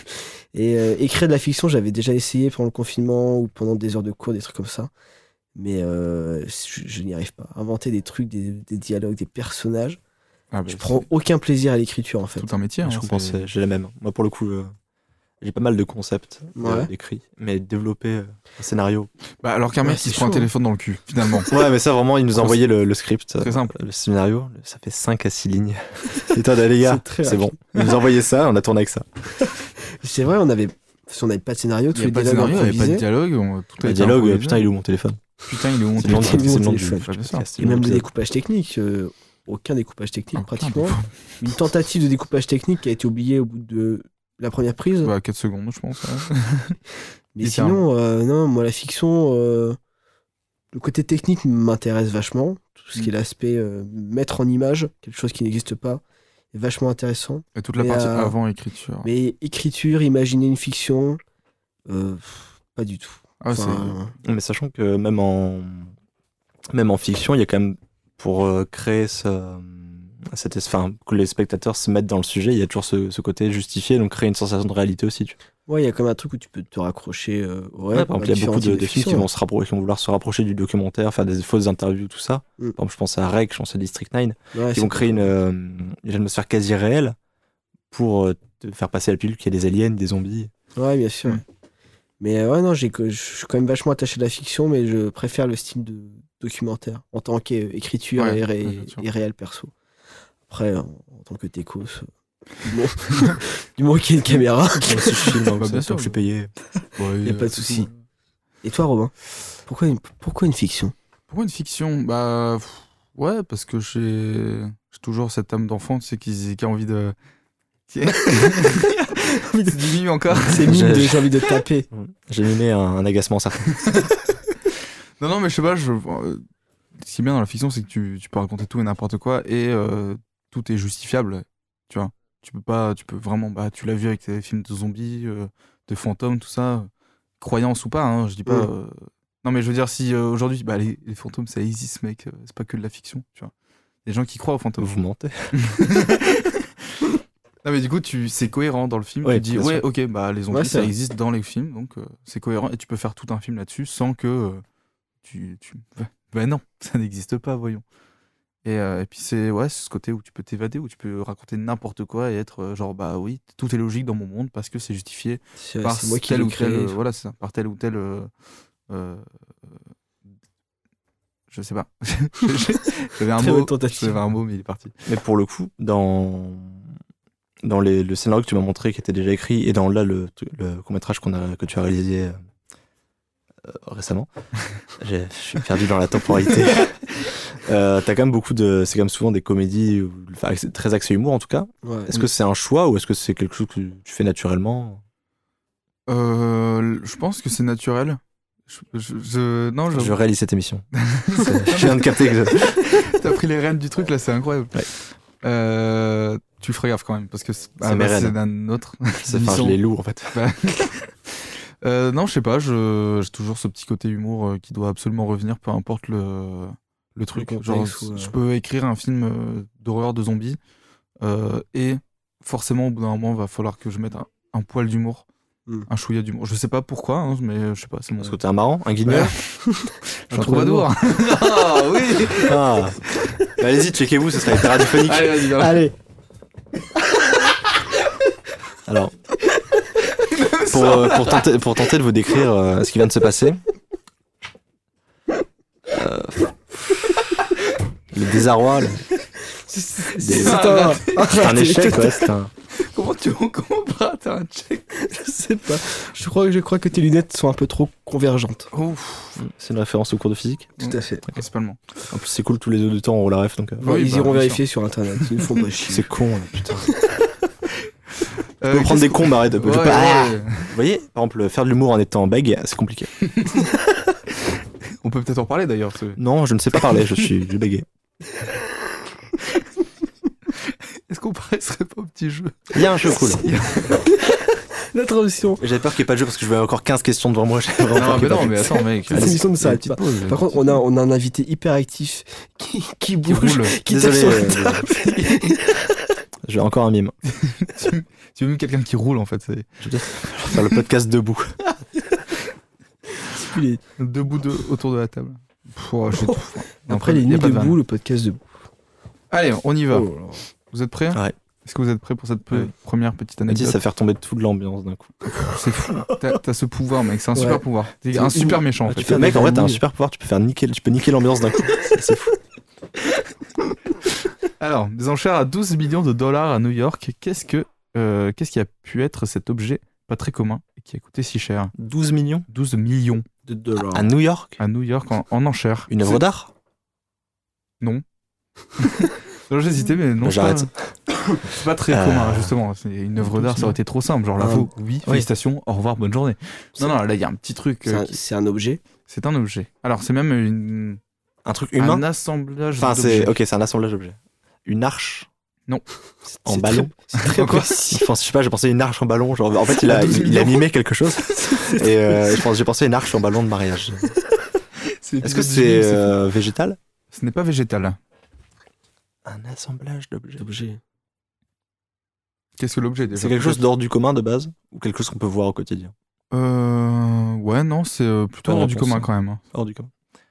Et euh, écrire de la fiction, j'avais déjà essayé pendant le confinement ou pendant des heures de cours, des trucs comme ça. Mais euh, je, je n'y arrive pas. Inventer des trucs, des, des dialogues, des personnages. Ah, bah, Je c'est prends aucun plaisir à l'écriture en fait. tout un métier. je hein, comprends, c'est- c'est- j'ai la même. Moi, pour le coup, euh, j'ai pas mal de concepts euh, Ouais. écrits, mais développer euh, un scénario. Bah, alors qu'un mec Ouais, qui c'est se prend un chaud. téléphone dans le cul, finalement. Ouais, mais ça, vraiment, il nous a Trop- envoyé le, le script, Très euh, simple. le scénario. Ça fait cinq à six lignes. Et toi, les gars, C'est très c'est bon. rapide. Il nous a envoyé ça, on a tourné avec ça. C'est vrai, on avait, si on n'avait pas de scénario, Il tous n'y les avait pas de dialogues scénario, il n'y avait pas de improvisés. dialogue. on- Tout a Le été dialogue, improvisé. putain, il est où mon téléphone? Putain, il est où mon C'est le nom du- téléphone c'est le nom du téléphone. Ouais, bien sûr. podcast. Et même Donc, des euh, découpages techniques. euh, aucun découpage technique Ah, putain, pratiquement. Une tentative de découpage technique qui a été oubliée au bout de la première prise. Bah, quatre secondes, je pense. ouais. Mais littéralement. sinon, euh, non, moi la fiction, euh, le côté technique m'intéresse vachement. Tout ce qui est l'aspect euh, mettre en image quelque chose qui n'existe pas est vachement intéressant. Et toute la Mais, partie euh, avant écriture. Mais écriture, imaginer une fiction, euh, pff, pas du tout. Ah, c'est- Enfin, Mais sachant que même en, même en fiction, il y a quand même, pour euh, créer ce, cette, enfin, que les spectateurs se mettent dans le sujet, il y a toujours ce, ce côté justifié, donc créer une sensation de réalité aussi. Tu ouais, il y a comme un truc où tu peux te raccrocher euh, au vois. réel. Ouais, par exemple, il y a différents beaucoup de, types de films qui fiction. vont, se rappro- qui vont vouloir se rapprocher du documentaire, faire des fausses interviews, tout ça. Mm. Par exemple, je pense à Rec, je pense à District nine, Ouais, qui c'est vont créer une, euh, une atmosphère quasi réelle pour euh, te faire passer la pilule qu'il y a des aliens, des zombies. Ouais, bien sûr. Mm. Mais euh, ouais, non, j'ai que- je suis quand même vachement attaché à la fiction, mais je préfère le style de documentaire en tant qu'écriture Ouais, et, ré- ouais, bien sûr. et réel perso. Après, en, en tant que techos, euh, du moment- du moment qu'il y a une caméra. Moi aussi, je filme, donc Bah, ça, bien tant sûr. que je suis payé. Ouais, y a pas de c'est souci. tout. Et toi, Robin, pourquoi une, pourquoi une fiction? Pourquoi une fiction? Bah, pff, ouais, parce que j'ai j'ai toujours cette âme d'enfant, tu sais, qui, qui a envie de. Qui... c'est du mime encore. C'est mime de J'ai- j'ai envie de taper. J'ai mimé un, un agacement certain. Non, non, mais je sais pas, je... euh, ce qui est bien dans la fiction, c'est que tu, tu peux raconter tout et n'importe quoi et euh, tout est justifiable, tu vois. Tu peux pas, tu peux vraiment, bah, tu l'as vu avec tes films de zombies, euh, de fantômes, tout ça, croyance ou pas, hein, je dis pas. Mm. euh, Non, mais je veux dire, si euh, aujourd'hui, bah, les, les fantômes, ça existe, mec, euh, c'est pas que de la fiction, tu vois. Il y a des gens qui croient aux fantômes. Vous mentez. Non, mais du coup, tu... c'est cohérent dans le film. Ouais, tu dis, bien ouais, sûr. ok, bah, les zombies, Ouais, c'est ça vrai. existe dans les films, donc euh, c'est cohérent et tu peux faire tout un film là-dessus sans que euh, tu. tu... Bah, bah non, ça n'existe pas, voyons. Et, euh, et puis, c'est ouais, c'est ce côté où tu peux t'évader, où tu peux raconter n'importe quoi et être euh, genre, bah oui, tout est logique dans mon monde parce que c'est justifié C'est par c'est moi qui tel l'ai ou tel. créé. euh, voilà, c'est ça, par tel ou tel. euh, euh, je sais pas. J'avais un Très mot. bonne tentative. J'avais un mot, mais il est parti. Mais pour le coup, dans, dans les, le scénario que tu m'as montré, qui était déjà écrit, et dans là, le, le court-métrage qu'on a, que tu as réalisé euh, euh, récemment, j'ai- je suis perdu dans la temporalité. euh, t'as quand même beaucoup de. C'est quand même souvent des comédies, ou- enfin, axé- très axé humour en tout cas. Ouais. Est-ce que c'est un choix ou est-ce que c'est quelque chose que tu fais naturellement? Euh, je pense que c'est naturel. Je, je- je- non, Je j'avoue. réalise cette émission. C'est- je viens de capter que je- T'as pris les rênes du truc là, c'est incroyable. Ouais. Euh, tu ferais gaffe quand même parce que c'est C'est mes rênes. c'est d'un autre. c'est- enfin, je les loue en fait. Euh, non, je sais pas. je- J'ai toujours ce petit côté humour euh, qui doit absolument revenir, peu importe le le truc. contexte Genre, ou, euh, je peux écrire un film euh, d'horreur de zombies euh, et forcément au bout d'un moment, va falloir que je mette un, un poil d'humour. Mm. Un chouïa d'humour. Je sais pas pourquoi, hein, mais euh, je sais pas. C'est mon. Parce que t'es un marrant, un guignol. Un troubadour. Ah oui. Ah. Bah, allez-y, checkez-vous, ce sera hyper radiophonique. Allez, vas-y, va. Allez, Alors, pour, euh, pour, tenter, pour tenter de vous décrire euh, ce qui vient de se passer, euh, le désarroi, le- c'est Des- un, c'est un échec, ouais, c'est un... Comment tu comment pas t'as un check? sais pas. Je crois, je crois que tes lunettes sont un peu trop convergentes. Ouf, C'est une référence au cours de physique. Tout à fait. principalement. En plus, c'est cool, tous les auditeurs auront la ref, donc. euh, Bon, Oui, ils bah, iront bien vérifier sur internet. Ils ne font pas chier. C'est con, là, putain. Euh, Je peux prendre qu'est-ce des cons, mais arrête. qu'on- je Ouais, peux- Ah ouais. Vous voyez, par exemple, faire de l'humour en étant bègue, c'est compliqué. On peut peut-être en parler d'ailleurs. ce- Non, je ne sais pas parler, je suis je bégué. Est-ce qu'on passerait pas au petit jeu? Il y a un jeu cool. La transition. J'avais peur qu'il n'y ait pas de jeu parce que je vais encore quinze questions devant moi. J'avais vraiment peur Non, qu'il y mais ait pas non, de mais jeu. attends, mec. Cette émission ne s'arrête petite pas. pause, Par contre, on a, on a un invité hyper actif qui, qui bouge, roule. qui tape Désolé, sur euh, la table. J'ai encore un mime. tu, tu veux même quelqu'un qui roule en fait. C'est Je vais faire le podcast debout. Il est- debout de, autour de la table. Pff, oh, j'ai tout- Non, Après pas- les y a nuits pas de debout, vanne. le podcast debout. Allez, on y va. Oh là là. Vous êtes prêts? Ouais. Est-ce que vous êtes prêts pour cette pe- Ouais. première petite Mathis, anecdote? ça fait retomber toute l'ambiance d'un coup. C'est fou. T'as t'as ce pouvoir, mec. C'est un Ouais. super pouvoir. T'es C'est un une- super méchant. En Ah, fait. tu fais, mec, en vrai, t'as un super pouvoir, tu peux faire niquer, tu peux niquer l'ambiance d'un coup. C'est c'est fou. Alors, des enchères à douze millions de dollars à New York. Qu'est-ce que, euh, qu'est-ce qui a pu être cet objet pas très commun et qui a coûté si cher? douze millions douze millions De dollars. à New York. à New York en, en enchères. Une œuvre d'art. Non, j'hésitais, mais non. Bah, c'est pas- j'arrête. C'est pas très Euh, commun, justement. C'est une œuvre d'art, ça aurait été trop simple. Genre, la Ah, faux, oui, oui. félicitations, au revoir, bonne journée. Non, non, là, il y a un petit truc. C'est euh, un, qui- c'est un objet. C'est un objet. Alors, c'est même une... Un truc humain. un assemblage Enfin, d'objets. c'est ok, c'est un assemblage d'objets. Une arche C'est- en c'est ballon. très- C'est très Quoi précis. Je pense, je sais pas, j'ai pensé à une arche en ballon. Genre, en fait, il a, douze il, il a millions. mimé quelque chose. Et euh, je pense, j'ai pensé à une arche en ballon de mariage. Est-ce que c'est euh, végétal? Ce n'est pas végétal. Un assemblage d'objets. Objet. Qu'est-ce que l'objet déjà? C'est quelque chose d'hors du commun de base ou quelque chose qu'on peut voir au quotidien? Euh... Ouais, non, c'est euh, plutôt Pas de hors du réponse, commun hein. quand même. hein. Hors du commun.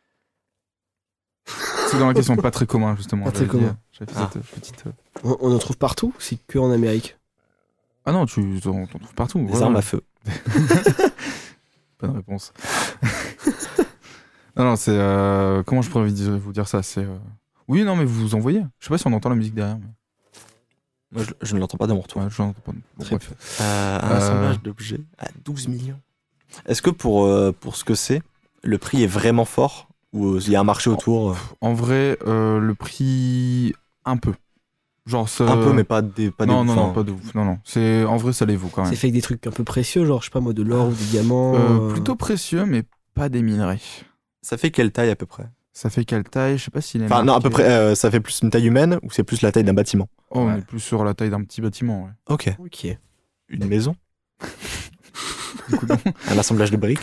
C'est dans la question, pas très commun justement. Pas très j'avais dit, commun. euh, J'avais fait Ah. cette euh, petite. euh, On, on en trouve partout. C'est que en Amérique. Ah non, tu t'en t'en trouves partout. Des ouais, armes ouais. à feu. Bonne réponse. non, non, c'est. euh, Comment je pourrais vous dire- vous dire ça? C'est. euh, Oui, non, mais vous vous envoyez. Je sais pas si on entend la musique derrière. Mais... Moi, je, je ne l'entends pas dans mon retour. Ouais, je l'entends pas. Bon, Très bref. Euh, un Euh. assemblage d'objets à douze millions. Est-ce que pour, euh, pour ce que c'est, le prix est vraiment fort ou il y a un marché autour? euh, En vrai, euh, le prix. Un peu. Genre, ça... Un peu, mais pas des pas non, des non, ouf, non, hein. pas de ouf. Non, non. C'est... En vrai, ça les vaut quand même. C'est fait avec des trucs un peu précieux, genre, je sais pas moi, de l'or ou des diamants. Euh, euh, plutôt précieux, mais pas des minerais. Ça fait quelle taille à peu près? Ça fait quelle taille? Je sais pas s'il est. Enfin, non, à peu marqué. près, euh, ça fait plus une taille humaine ou c'est plus la taille d'un bâtiment? Oh, on Ouais. est plus sur la taille d'un petit bâtiment, ouais. Ok. Ok. Une maison? Du coup, non. Un assemblage de briques?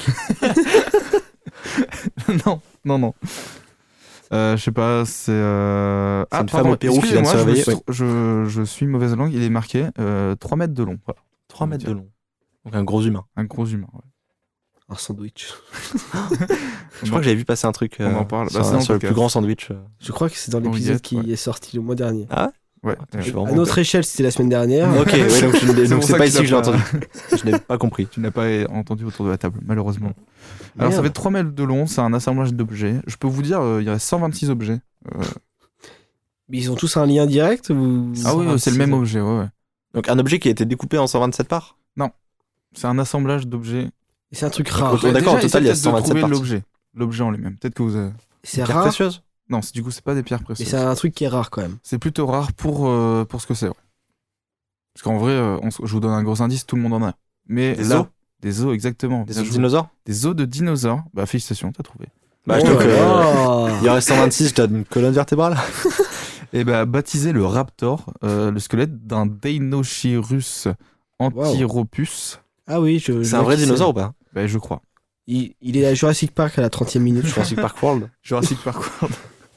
non, non, non. Euh, je sais pas, c'est. Euh... C'est une femme au Pérou qui vient de se excusez-moi, réveiller, Je, me suis- je, je suis mauvaise langue, il est marqué euh, trois mètres de long. Voilà. trois mètres de long. Donc un gros humain. Un gros humain. Ouais. Un sandwich. Je crois que j'avais vu passer un truc On euh, en parle. sur, Bah, c'est dans le sur le plus podcast. grand sandwich. euh. Je crois que c'est dans On y l'épisode est, qui ouais. est sorti le mois dernier. Ouais. je suis euh, vraiment À notre échelle, c'était la semaine dernière. Ok, ouais, donc je ne l'ai- C'est donc pour c'est ça pas que ici tu que je l'ai l'as entendu. Je n'ai pas compris. Tu n'as pas entendu autour de la table, malheureusement. Alors, ça Merde. fait trois mètres de long, c'est un assemblage d'objets. Je peux vous dire, euh, il y a cent vingt-six objets. Euh, Mais ils ont tous un lien direct ou... Ah oui, c'est le même objet. objet, ouais, ouais. Donc un objet qui a été découpé en cent vingt-sept parts? C'est un assemblage d'objets. Et c'est un truc Au- rare. au- d'accord, Déjà, au total, il y a essayez peut-être cent vingt-sept de trouver parties. l'objet. L'objet en lui-même. Peut-être que vous avez... C'est Pierre rare, précieuse? Non, c'est- du coup, c'est pas des pierres mais précieuses. c'est un truc qui est rare quand même. C'est plutôt rare pour, euh, pour ce que c'est. Ouais. Parce qu'en vrai, euh, on s- je vous donne un gros indice, tout le monde en a. Mais Des là, os? Des os, exactement. Des Bien os de joué. dinosaures? Des os de dinosaures. Bah, félicitations, t'as trouvé. Bah, Oh donc, là euh, là. il en reste cent vingt-six, t'as une colonne vertébrale? Et bah, baptisé le Raptor, euh, le squelette d'un Deinocheirus antiropus. Ah oui, je. je C'est vois un vrai qui dinosaure ou pas? Bah, je crois. Il, il est à Jurassic Park à la trentième minute, je crois. Jurassic Park World? Jurassic Park World.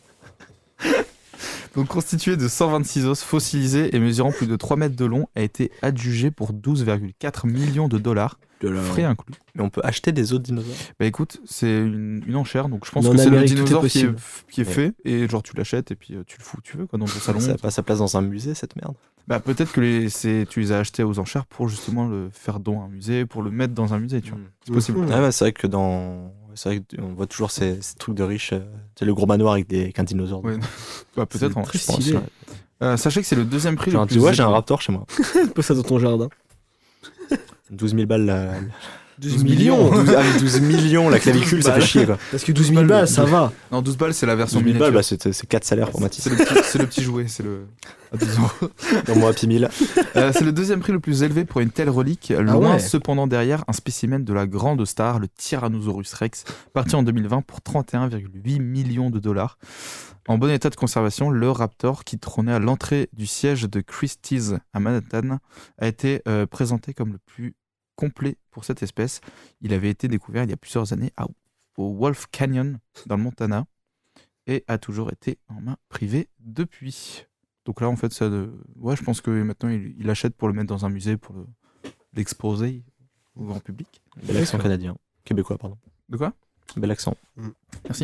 Donc, constitué de cent vingt-six os fossilisés et mesurant plus de trois mètres de long, a été adjugé pour douze virgule quatre millions de dollars, De la- frais inclus. Mais on peut acheter des os de dinosaures? Bah écoute, c'est une, une enchère, donc je pense Mais que en c'est le Amérique, tout est dinosaure qui est, possible. qui est Ouais. fait, et genre tu l'achètes et puis euh, tu le fous où tu veux, quoi, dans ton salon. Ça n'a pas sa place dans un musée, cette merde? Bah peut-être que les, c'est, tu les as achetés aux enchères pour justement le faire don à un musée, pour le mettre dans un musée, tu vois. C'est possible. Mhm. Ah ouais, c'est vrai que dans. C'est vrai qu'on voit toujours ces, ces trucs de riches. euh, C'est le gros manoir avec, des... avec un dinosaure. Ouais. Bah peut-être. hein, Très je pense, stylé. ouais. Euh, sachez que c'est le deuxième prix Genre, le tu plus vois, j'ai un élevé. raptor chez moi. Pose ça dans ton jardin. douze mille balles la. douze millions. douze, ah, mais douze millions, la clavicule, ça fait chier quoi. Parce que douze mille balles, ça va. Non, douze balles, c'est la version douze mille balles, miniature. bah, c'est, c'est quatre salaires pour Mathis. C'est le, petit, c'est le petit jouet, c'est le. À douze euros. Dans moi, Happy Meal. Euh, c'est le deuxième prix le plus élevé pour une telle relique. Loin ouais. cependant derrière un spécimen de la grande star, le Tyrannosaurus Rex, parti en deux mille vingt pour trente et un virgule huit millions de dollars. En bon état de conservation, le Raptor, qui trônait à l'entrée du siège de Christie's à Manhattan, a été euh, présenté comme le plus complet pour cette espèce. Il avait été découvert il y a plusieurs années à, au Wolf Canyon, dans le Montana, et a toujours été en main privée depuis. Donc là, en fait, ça de... ouais, je pense que maintenant, il, il achète pour le mettre dans un musée, pour le, l'exposer au grand public. Bel accent canadien. Québécois, pardon. De quoi ? Bel accent. Merci.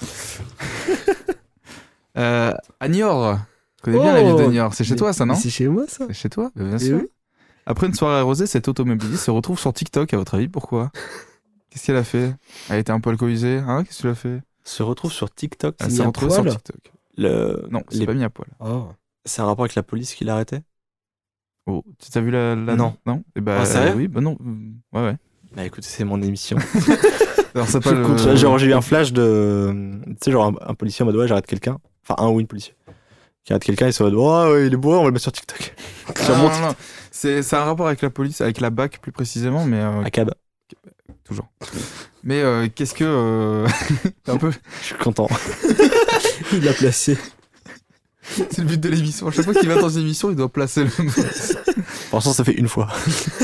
euh, à Niort. Tu connais bien Oh, la ville de Niort. C'est chez mais- toi, ça, non ? mais C'est chez moi, ça. C'est chez toi ? Bah, bien Eh sûr. oui. Après une soirée arrosée, cette automobiliste se retrouve sur TikTok, à votre avis, pourquoi ? Qu'est-ce qu'elle a fait ? Elle était un peu alcoolisée, hein ? Qu'est-ce que tu l'as fait ? Se retrouve sur TikTok. Elle mis s'est à retrouvée sur poil TikTok. Le... Non, c'est les- pas mis à poil. Oh. C'est un rapport avec la police qui l'a arrêté. Oh, tu t'as vu la, la... Non. Non et bah, Ah, sérieux ? oui, bah non. euh, Ouais, ouais. Bah écoute, c'est mon émission. Alors, ça Je pas le... compte- Genre, j'ai eu un flash de. Tu sais, genre un, un policier en mode ouais, j'arrête quelqu'un. Enfin, un ou une policier. Qui arrête quelqu'un et se dit oh, ouais, il est bourré, on va le mettre sur TikTok. Ah, Sur non, mon non, non. C'est, c'est un rapport avec la police, avec la B A C plus précisément, mais euh, À cab. toujours. Mais euh, qu'est-ce que euh, c'est un peu, Je suis content. Il l'a placé. c'est le but de l'émission. À chaque fois qu'il va dans une émission, il doit placer le. Pour l'instant, ça fait une fois.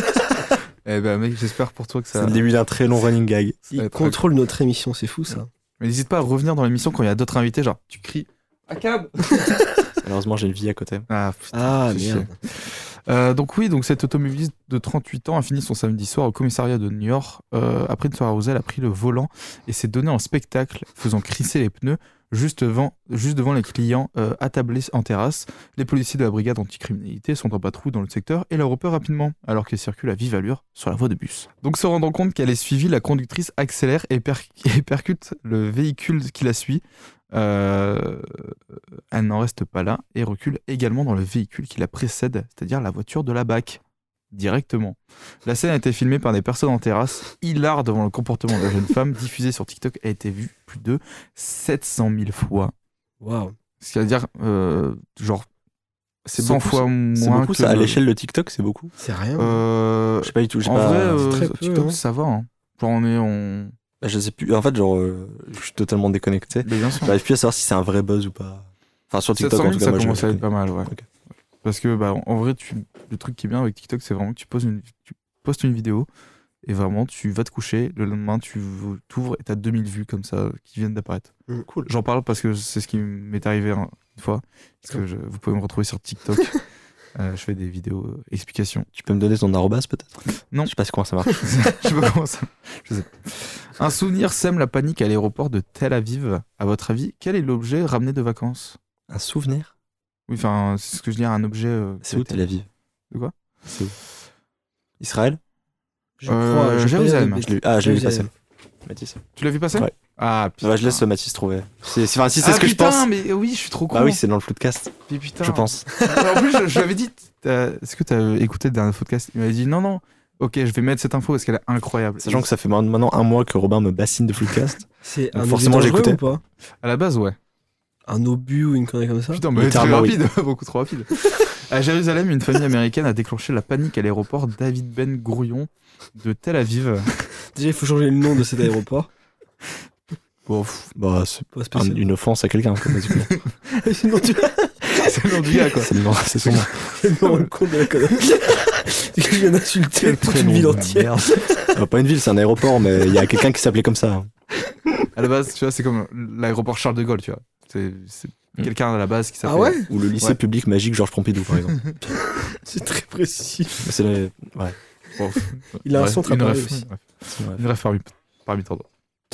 Eh ben mec, j'espère pour toi que ça. C'est le début d'un très long running gag. ça va Il être contrôle notre émission, c'est fou ça. Mais n'hésite pas à revenir dans l'émission quand il y a d'autres invités, genre tu cries à cab. Malheureusement, j'ai une vie à côté. Ah putain. Ah fais chier. merde. Euh, donc oui, donc cet automobiliste de trente-huit ans a fini son samedi soir au commissariat de New York. Euh, après une soirée arrosée, elle a pris le volant et s'est donné en spectacle, faisant crisser les pneus juste devant, juste devant les clients euh, attablés en terrasse. Les policiers de la brigade anticriminalité sont en patrouille dans le secteur et la repèrent rapidement, alors qu'elle circule à vive allure sur la voie de bus. Donc se rendant compte qu'elle est suivie, la conductrice accélère et, per- et percute le véhicule qui la suit. Euh, elle n'en reste pas là et recule également dans le véhicule qui la précède, c'est-à-dire la voiture de la B A C, directement. La scène a été filmée par des personnes en terrasse, hilar devant le comportement de la jeune femme, diffusée sur TikTok, a été vue plus de sept cent mille fois. Waouh. Ce qui veut dire, euh, genre, C'est cent beaucoup, fois ça. moins C'est beaucoup que ça. À le- l'échelle de TikTok, c'est beaucoup. C'est rien. Euh, Je sais pas du tout. j'ai en pas- vrai, euh, très peu, TikTok, hein. ça va. Hein. Genre, on est... On... Bah, je sais plus. En fait, genre, euh, je suis totalement déconnecté. Mais bien sûr. J'arrive plus à savoir si c'est un vrai buzz ou pas. Enfin, sur TikTok, sept cent en mille, tout cas, ça moi, je- commence à je être pas mal, ouais. Ok. Parce que, bah, en vrai, tu... le truc qui est bien avec TikTok, c'est vraiment que tu poses une, tu postes une vidéo et vraiment, tu vas te coucher, le lendemain, tu t'ouvres et t'as deux mille vues comme ça qui viennent d'apparaître. Cool. J'en parle parce que c'est ce qui m'est arrivé hein, une fois. Parce que je- vous pouvez me retrouver sur TikTok. Euh, je fais des vidéos euh, explications. Tu peux me donner ton arrobas peut-être? Non. Je sais pas comment ça marche. Je sais pas comment ça. Je sais pas. Un souvenir sème la panique à l'aéroport de Tel Aviv. À votre avis, quel est l'objet ramené de vacances? Un souvenir? Oui, enfin, c'est ce que je dis, un objet. euh, C'est où Tel Aviv? De quoi? C'est où? Israël? Je Euh, crois. j'ai pas Jérusalem. regardé, Je l'ai- Ah, je l'ai vu Jérusalem. passer. Mathis. Tu l'as vu passer? Ouais. Ah, putain. Ouais, je laisse Mathis trouver. C'est, c'est, enfin, si c'est Ah, ce que putain, je pense. mais oui, je suis trop con. Bah oui, c'est dans le floodcast, Mais putain. je pense. en plus, je, je l'avais dit. t'as- Est-ce que tu as écouté le dernier podcast? Il m'avait dit non, non. Ok, je vais mettre cette info parce qu'elle est incroyable. Sachant que ça fait maintenant un mois que Robin me bassine de floodcast. C'est Donc un forcément, objet dangereux j'écoutais. ou pas? À la base, ouais. Un obus ou une connerie comme ça? Putain, mais très Littéralement, oui. rapide, beaucoup trop rapide. À Jérusalem, une famille américaine a déclenché la panique à l'aéroport David Ben Gourion de Tel Aviv. Déjà, il faut changer le nom de cet aéroport. Bon, pff, Bah, c'est Pas un- spécial. une offense à quelqu'un. Quoi, basiquement. Sinon, tu c'est le nom du gars, quoi. c'est le nom, c'est son nom. me rends compte de la connerie. C'est que je viens d'insulter Quel toute prénom une ville de entière. Euh, pas une ville, c'est un aéroport, mais il y a quelqu'un qui s'appelait comme ça. À la base, tu vois, c'est comme l'aéroport Charles de Gaulle, tu vois. C'est, c'est Mm. quelqu'un à la base qui s'appelle. Ah ouais? Ou le lycée Ouais. public magique Georges Pompidou, par exemple. C'est très précis. Mais c'est le- ouais. Bon, Il a un bref, centre à une Paris ref- aussi. bref. c'est vrai. Une ref parmi, parmi tant d'autres.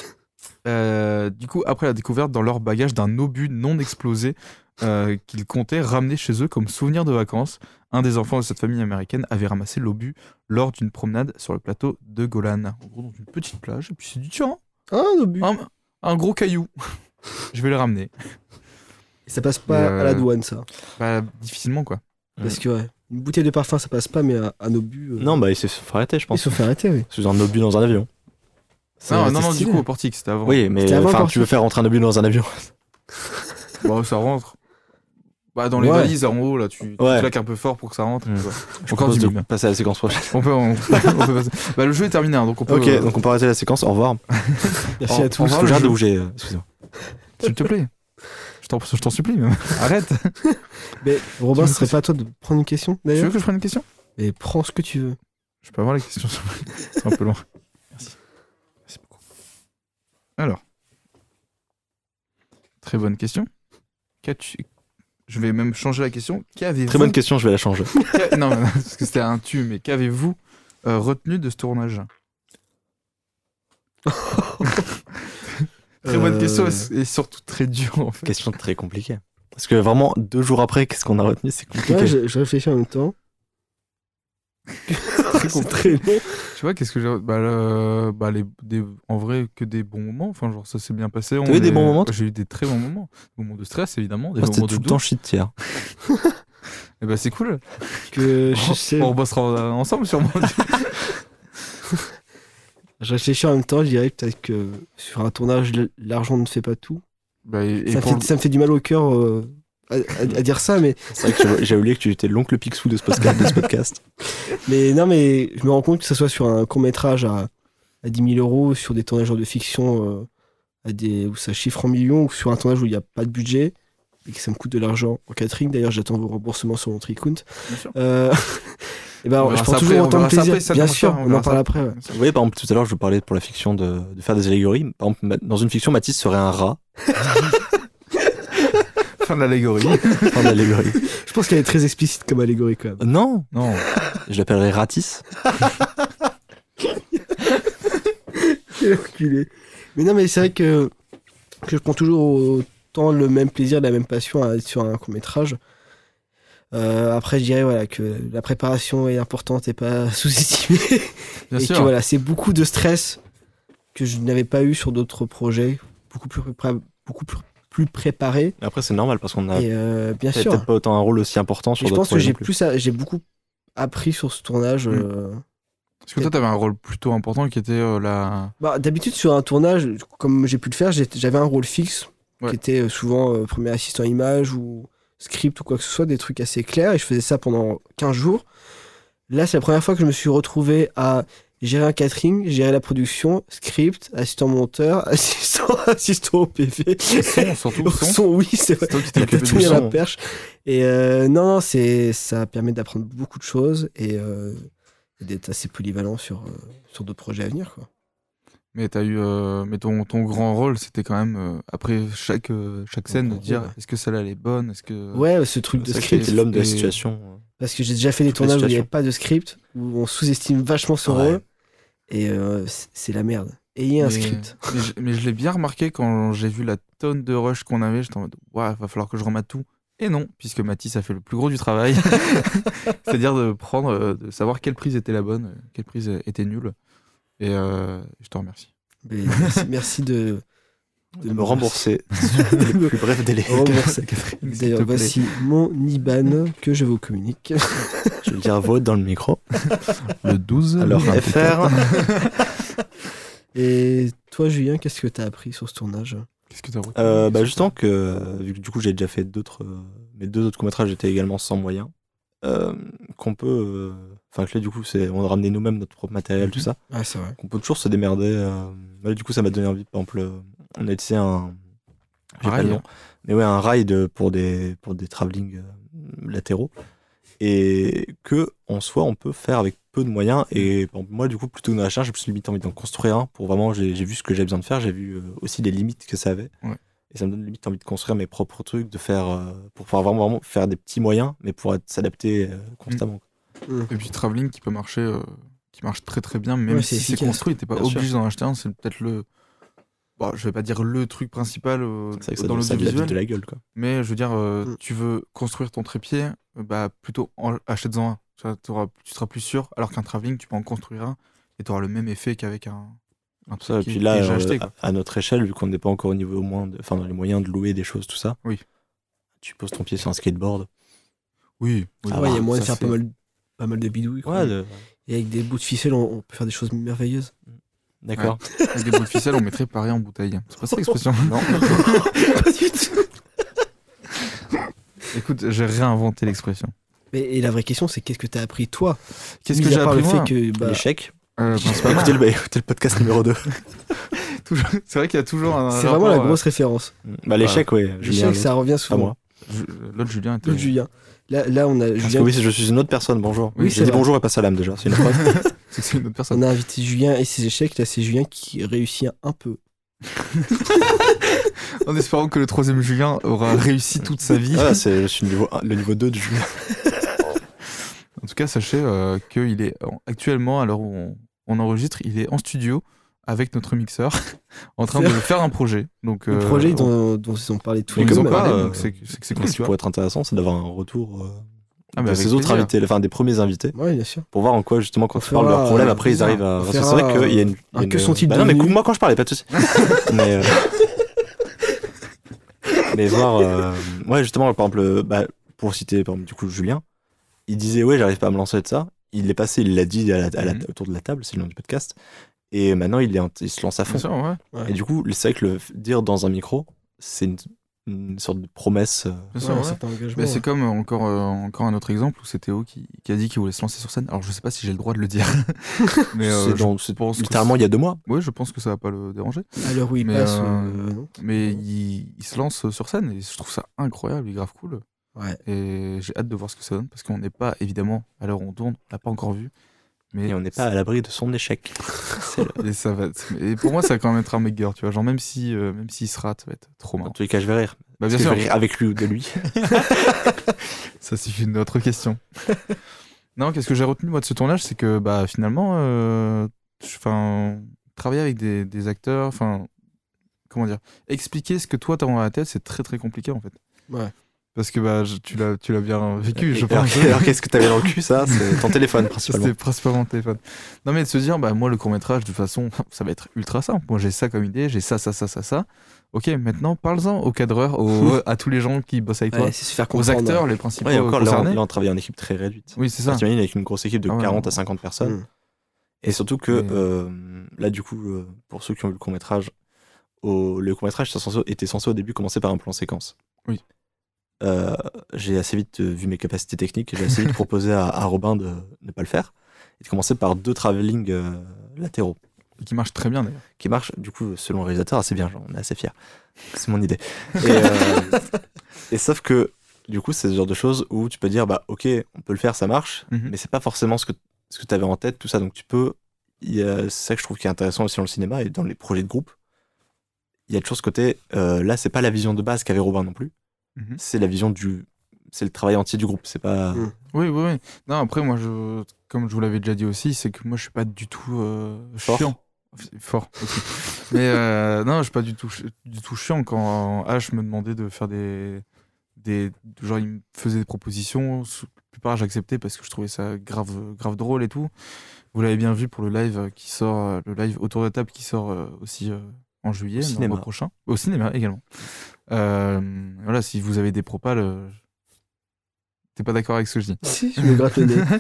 Euh, du coup, après la découverte dans leur bagage d'un obus non explosé euh, qu'ils comptaient ramener chez eux comme souvenir de vacances, un des enfants de cette famille américaine avait ramassé l'obus lors d'une promenade sur le plateau de Golan, en gros dans une petite plage, et puis il s'est dit tiens, Ah, un obus. un, un gros caillou, je vais le ramener. Et ça passe pas Euh, à la douane, ça. Bah, difficilement quoi. Parce que, ouais, une bouteille de parfum, ça passe pas, mais un, un obus. euh, Non, bah il s'est fait arrêter, je Ils pense. se sont fait arrêter, oui. C'est un obus dans un avion. C'est- Non, c'est non, non, du stylé. coup, au portique, c'était avant. Oui, mais C'était avant enfin, Portique. tu veux faire rentrer un obus dans un avion. Bon, ça rentre. Bah, dans les Ouais. valises, en haut, là, tu, tu Ouais. claques un peu fort pour que ça rentre. Mm. tu vois. Je Encore propose du de bien. passer à la séquence prochaine. On peut, on, on peut passer. Bah, le jeu est terminé, hein, donc on peut. Ok, euh, donc on peut arrêter la séquence. Au revoir. Merci Au- à tous. au Faut revoir, que le j'arrête de jeu. bouger. euh, Excusez-moi. S'il te plaît. Je t'en, je t'en supplie, même. Arrête. Mais Robin, Tu ce me serait fais- pas à toi de prendre une question, Tu veux d'ailleurs? que je prenne une question? Mais prends ce que tu veux. Je peux avoir la question sur C'est un peu loin. Merci. Merci beaucoup. Alors. Très bonne question. Qu'as-tu... Je vais même changer la question. Qu'avez-vous... Très bonne question, je vais la changer. Qu'a- Non, mais non, parce que c'était un tu, mais qu'avez-vous euh, retenu de ce tournage? Très bonne Euh, question et et surtout très dure en fait. Question très compliquée. Parce que vraiment, deux jours après, qu'est-ce qu'on a retenu? C'est compliqué. Ouais, je, je réfléchis en même temps. C'est très long. Tu vois, qu'est-ce que j'ai. Bah, le- bah les, des... en vrai, que des bons moments. Enfin, genre, ça s'est bien passé. T'as eu des bons moments, toi? J'ai eu des très bons moments. Des moments de stress, évidemment. Des Moi, c'était moments tout de le temps doute. shit tiers. Et bah, c'est cool. Que je sais. On bossera euh, ensemble, sûrement. Je réfléchis en même temps, je dirais peut-être que sur un tournage, l- l'argent ne fait pas tout. Bah, et, et Ça, me pour fait, le- ça me fait du mal au cœur euh, à, à- à dire ça, mais, C'est vrai que j'avais- j'ai oublié que tu étais l'oncle Picsou de ce podcast. De ce podcast. mais non, mais je me rends compte que ce soit sur un court-métrage à, à dix mille euros, sur des tournages de fiction euh, à des, où ça chiffre en millions, ou sur un tournage où il n'y a pas de budget et que ça me coûte de l'argent en catering. D'ailleurs, j'attends vos remboursements sur mon Tricount. Bien sûr. Euh, et ben, On je verra prends ça toujours après, on autant de verra ça plaisir. après, ça Bien commence sûr, pas, on on en verra parle ça. après. ouais. Vous voyez, par exemple, tout à l'heure, je vous parlais pour la fiction de, de faire des allégories. Par exemple, ma- dans une fiction, Mathis serait un rat. Fin de l'allégorie. Fin d'allégorie. Je pense qu'elle est très explicite comme allégorie quand même. Non, Non. je l'appellerais Ratis. Quel enculé. Mais non, mais c'est vrai que, que je prends toujours autant le même plaisir, la même passion à être sur un court-métrage. Euh, après, je dirais voilà, que la préparation est importante et pas sous-estimée. Bien et sûr. que voilà, c'est beaucoup de stress que je n'avais pas eu sur d'autres projets, beaucoup plus, pré- beaucoup plus, plus préparés. Après, c'est normal parce qu'on a Et euh, bien peut-être sûr, pas autant un rôle aussi important sur et je d'autres pense que projets j'ai non plus. plus, à- j'ai beaucoup appris sur ce tournage. Mm. euh, Parce que toi, t'avais un rôle plutôt important qui était euh, la. Bah, d'habitude, sur un tournage, comme j'ai pu le faire, j'ai- j'avais un rôle fixe, Ouais. qui était euh, souvent euh, premier assistant image ou script ou quoi que ce soit, des trucs assez clairs, et je faisais ça pendant quinze jours. Là, c'est la première fois que je me suis retrouvé à gérer un catering, gérer la production, script, assistant monteur, assistant, assistant au P V. Son, surtout, Au son. son, oui, c'est vrai. C'est toi qui t'es T'as occupé tout du mis à la son. perche. Et euh, non, non, c'est, ça permet d'apprendre beaucoup de choses et euh, d'être assez polyvalent sur, euh, sur d'autres projets à venir, quoi. Mais t'as eu, euh, mais ton, ton grand rôle, c'était quand même euh, après chaque euh, chaque scène de grand dire rôle, ouais. est-ce que celle-là elle est bonne, est-ce que Ouais, ce truc de C'est vrai que script. t'es l'homme de la Et- situation. Parce que j'ai déjà fait des Toutes les tournages où il n'y avait situations. pas de script, où on sous-estime vachement son Ouais. rôle. Et euh, c'est c'est la merde. Ayez un mais, script. mais je, mais je l'ai bien remarqué quand j'ai vu la tonne de rush qu'on avait, j'étais en mode ouais, va falloir que je remate tout. Et non, puisque Mathis a fait le plus gros du travail, c'est-à-dire de prendre, euh, de savoir quelle prise était la bonne, euh, quelle prise était nulle. Et euh, je te remercie. Mais merci, merci de, De me rembourser les plus brefs délais. rembourser. S'il te D'ailleurs, plaît. voici mon I B A N que je vous communique. Je vais le dire votre dans le micro. Le douze. Alors, le F R. Et toi, Julien, qu'est-ce que t'as appris sur ce tournage? Qu'est-ce que t'as retenu Euh, bah justement que euh, vu que du coup j'ai déjà fait d'autres euh, mes deux autres courts-métrages étaient également sans moyens euh, qu'on peut euh, enfin que là du coup c'est on a ramené nous-mêmes notre propre matériel tout ça Ah, c'est vrai. qu'on peut toujours se démerder euh, là, du coup ça m'a donné envie par exemple euh, on a utilisé un j'ai Un pas rail, le nom mais ouais un ride pour des pour des travelling euh, latéraux et que en soi on peut faire avec peu de moyens et par exemple, moi du coup plutôt que d'en acheter un j'ai plus limite envie d'en construire un pour vraiment j'ai j'ai vu ce que j'avais besoin de faire j'ai vu euh, aussi les limites que ça avait Ouais. et ça me donne limite envie de construire mes propres trucs de faire euh, pour pouvoir vraiment, vraiment faire des petits moyens mais pour être- s'adapter euh, constamment Et puis travelling qui peut marcher, euh, qui marche très très bien, même Ouais, si c'est c'est efficace. construit, t'es pas Bien sûr. obligé d'en acheter un, c'est peut-être le. Bon, je vais pas dire le truc principal euh, c'est vrai que ça dans donne ça de la vie l'audiovisuel, de la gueule quoi mais je veux dire, euh, Mm. tu veux construire ton trépied, euh, bah plutôt en, achète-en un. Tu, vois, t'auras- tu seras plus sûr, alors qu'un travelling, tu peux en construire un et tu auras le même effet qu'avec un, un truc ça, et qui puis est là déjà euh, acheté. Quoi. à, à notre échelle vu qu'on n'est pas encore au niveau au moins de- enfin dans les moyens de louer des choses tout ça Oui. tu poses ton pied sur un skateboard Oui. oui Ah ouais, il y a moyen de ça, faire pas c'est- mal, pas mal de bidouilles. quoi. Ouais, de- Et avec des bouts de ficelle, on, on peut faire des choses merveilleuses. d'accord. Avec des bouts de ficelle, on mettrait Paris en bouteille. C'est pas ça l'expression. Non. Pas du tout. Écoute, j'ai réinventé l'expression. Mais, et la vraie question, c'est qu'est-ce que t'as appris toi Qu'est-ce Mis que à j'ai part appris le moi fait que bah, L'échec. Euh, principalement, Écoutez le, bah, écoutez le podcast numéro deux. toujours- C'est vrai qu'il y a toujours un. c'est rapport, vraiment la euh, grosse référence. Bah, l'échec, ouais. Julien, L'échec, ça revient pas souvent. moi. Ju- L'autre Julien était. L'autre Julien. Là, là, on a Parce Julien. que oui, je suis une autre personne, bonjour. Oui, Oui, c'est j'ai dit vrai. bonjour et pas salam déjà, c'est une preuve. C'est que c'est une autre personne. On a invité Julien et ses échecs. Là, c'est Julien qui réussit un peu. En espérant que le troisième Julien aura réussi toute sa vie. Ah, c'est, je suis le niveau, un- le niveau deux du Julien. En tout cas, sachez euh, qu'il est euh, actuellement, à l'heure où on, on enregistre, il est en studio avec notre mixeur en train de faire un projet. Donc, Le euh, projet on- dont, dont ils ont parlé tous on les nous deux. en comme maintenant. quoi, parlait, euh, donc c'est que c'est que c'est Ce cool, qui tu vois. pourrait être intéressant, c'est d'avoir un retour euh, Ah, bah, de avec ces autres plaisir. invités, enfin des premiers invités, Ouais, bien sûr. pour voir en quoi justement quand On tu parles de leurs fera, problèmes, euh, après ils arrivent à. on Parce que c'est fera, vrai qu'il y a une. un une- que sont-ils bah non, mais devenus coupe-moi quand je parle, pas de soucis. mais. euh, mais voir. euh, Ouais, justement, par exemple, euh, bah, pour citer par exemple, du coup Julien, il disait ouais, j'arrive pas à me lancer de ça. Il l'est passé, il l'a dit à la- à la- Mhm. autour de la table, c'est le nom du podcast. Et maintenant, il, est en- il se lance à fond. Bien sûr, ouais. Ouais. Et du coup, c'est vrai que le f- dire dans un micro, c'est une, une sorte de promesse. euh, Bien sûr, Ouais, ouais. un certain engagement. Mais c'est ouais. comme euh, encore, euh, encore un autre exemple où c'est Théo qui, qui a dit qu'il voulait se lancer sur scène. Alors je sais pas si j'ai le droit de le dire. mais euh, c'est je dans- c'est pense que littéralement il y a deux mois. Oui, je pense que ça va pas le déranger. À l'heure où il Mais, passe, euh, euh, non. Mais il, il se lance sur scène et je trouve ça incroyable, il est grave cool. Ouais. Et j'ai hâte de voir ce que ça donne parce qu'on n'est pas, évidemment, à l'heure où on tourne, on l'a pas encore vu. Mais Et on n'est pas à l'abri de son échec. C'est le- Et ça va. Et pour moi, ça va quand même être un mec tu vois. Genre, même si, euh, même s'il se rate, ça va être trop Dans marrant. tous les cas, je vais rire. Bah, Parce bien que sûr, je vais rire avec lui ou de lui. ça suffit une autre question. Non, qu'est-ce que j'ai retenu moi de ce tournage, c'est que bah finalement, euh, enfin, travailler avec des, des acteurs, enfin, comment dire, expliquer ce que toi t'as dans la tête, c'est très très compliqué en fait. Ouais. Parce que bah je- tu l'as tu l'as bien vécu, je Et alors, pense. alors, qu'est-ce que t'avais dans le cul, ça? C'est ton téléphone, principalement. C'est principalement le téléphone. Non mais de se dire, bah moi le court métrage, de toute façon, ça va être ultra simple. Moi j'ai ça comme idée, j'ai ça, ça, ça, ça, ça. Ok, maintenant parle-en aux cadreurs, aux, à tous les gens qui bossent avec toi, Ouais, c'est se faire aux comprendre. acteurs, les principaux Ouais, et encore, là, on, concernés. là, on travaille en équipe très réduite. Oui, c'est ça. T'imagines avec une grosse équipe de Ah ouais, quarante ouais. à cinquante personnes. Mm. Et surtout que, Mais- euh, là, du coup, euh, pour ceux qui ont vu le court-métrage, au- le court-métrage était censé, était censé au début commencer par un plan séquence. Oui. Euh, j'ai assez vite, euh, vu mes capacités techniques, j'ai assez vite proposé à, à Robin de ne pas le faire et de commencer par deux travelling euh, latéraux Et qui marche très bien d'ailleurs. qui marchent, du coup, selon le réalisateur, assez bien. Genre, on est assez fiers. C'est mon idée. Et, euh, et sauf que, du coup, c'est ce genre de choses où tu peux dire, bah, ok, on peut le faire, ça marche, Mhm. mais c'est pas forcément ce que, ce que tu avais en tête, tout ça. Donc, tu peux. il y a- C'est ça que je trouve qui est intéressant aussi dans le cinéma et dans les projets de groupe. Il y a toujours ce côté, euh, là, c'est pas la vision de base qu'avait Robin non plus. Mhm. C'est la vision du. C'est le travail entier du groupe. C'est pas. Mhm. Oui, oui, oui. Non, après, moi, je, comme je vous l'avais déjà dit aussi, c'est que moi, je suis pas du tout euh, Fort. chiant. Fort aussi. Mais euh, non, je suis pas du tout, chi- du tout chiant quand H me demandait de faire des. des genre, il me faisait des propositions. sous- La plupart, j'acceptais parce que je trouvais ça grave, grave drôle et tout. Vous l'avez bien vu pour le live qui sort, euh, le live autour de la table qui sort euh, aussi euh, en juillet, Au le cinéma. mois prochain. Au cinéma également. Euh, voilà, si vous avez des propals. euh, T'es pas d'accord avec ce que je dis? Si, je me gratte le nez.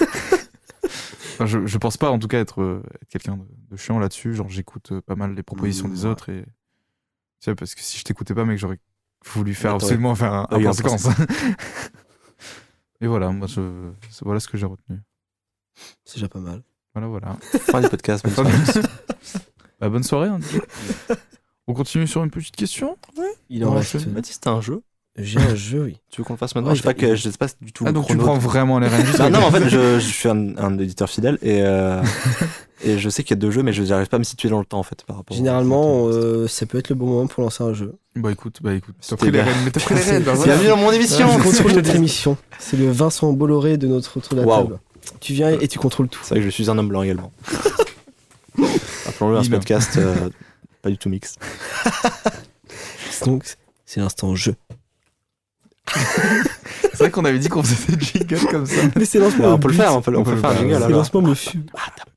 Enfin, je, je pense pas en tout cas être, euh, être quelqu'un de, de chiant là-dessus. Genre j'écoute euh, pas mal les propositions Mmh, des ouais. autres et tu sais, parce que si je t'écoutais pas, mec, j'aurais voulu faire Ouais, t'aurais absolument faire un, pas un eu plan un séquence. Et voilà, moi je, c'est- voilà ce que j'ai retenu. C'est déjà pas mal. Voilà, voilà. Fin du podcast. bonne Fin soirée. Bah, bonne soirée. Hein, du coup. On continue sur une petite question. Il en Ouais, reste. je- Baptiste, t'as un jeu? J'ai un jeu, oui. Tu veux qu'on le fasse maintenant? Ouais, je sais pas t'as- que je sais pas du tout. Ah le donc tu chrono. prends vraiment les rênes. Bah, non, mais en fait, je, je suis un, un éditeur fidèle et, euh, et je sais qu'il y a deux jeux, mais je n'arrive pas à me situer dans le temps en fait par rapport. au- Généralement, euh, ça peut être le bon moment pour lancer un jeu. Bah écoute, bah écoute. T'as C'était pris les bien. rênes, mais t'as pris les rênes. bah, voilà. Bienvenue dans mon émission. Tu contrôles notre émission. C'est le Vincent Bolloré de notre autour de la Waouh. table. Tu viens et tu contrôles tout. C'est vrai que je suis un homme blanc également. Appelons-le un Bim. podcast euh, pas du tout mix. Donc, c'est l'instant jeu. C'est vrai qu'on avait dit qu'on faisait des jingles comme ça. Mais c'est lancement. Ouais, on au peut le but. faire, on peut, on peut le faire un jingle C'est alors. lancement me fume.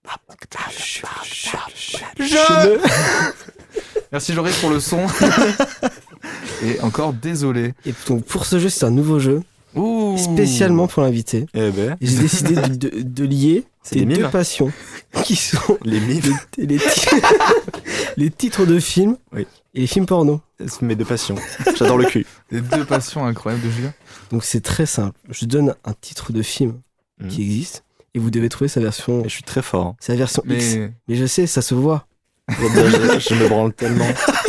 Je... Merci Joris pour le son. Et encore désolé. Et donc pour ce jeu, c'est un nouveau jeu. Ouh. spécialement pour l'invité. Eh ben, Et j'ai décidé de, de- de lier C'est tes des deux mimes. passions, qui sont les mimes, les, les ti- les titres de films Oui. et les films porno. c'est mes deux passions. J'adore le cul. Les deux passions incroyables de Julien. Donc c'est très simple. Je donne un titre de film Mhm. qui existe et vous devez trouver sa version, Et je suis très fort. Hein. sa version X. Mais Mais je sais, ça se voit. Oh, ben, je, je me branle tellement.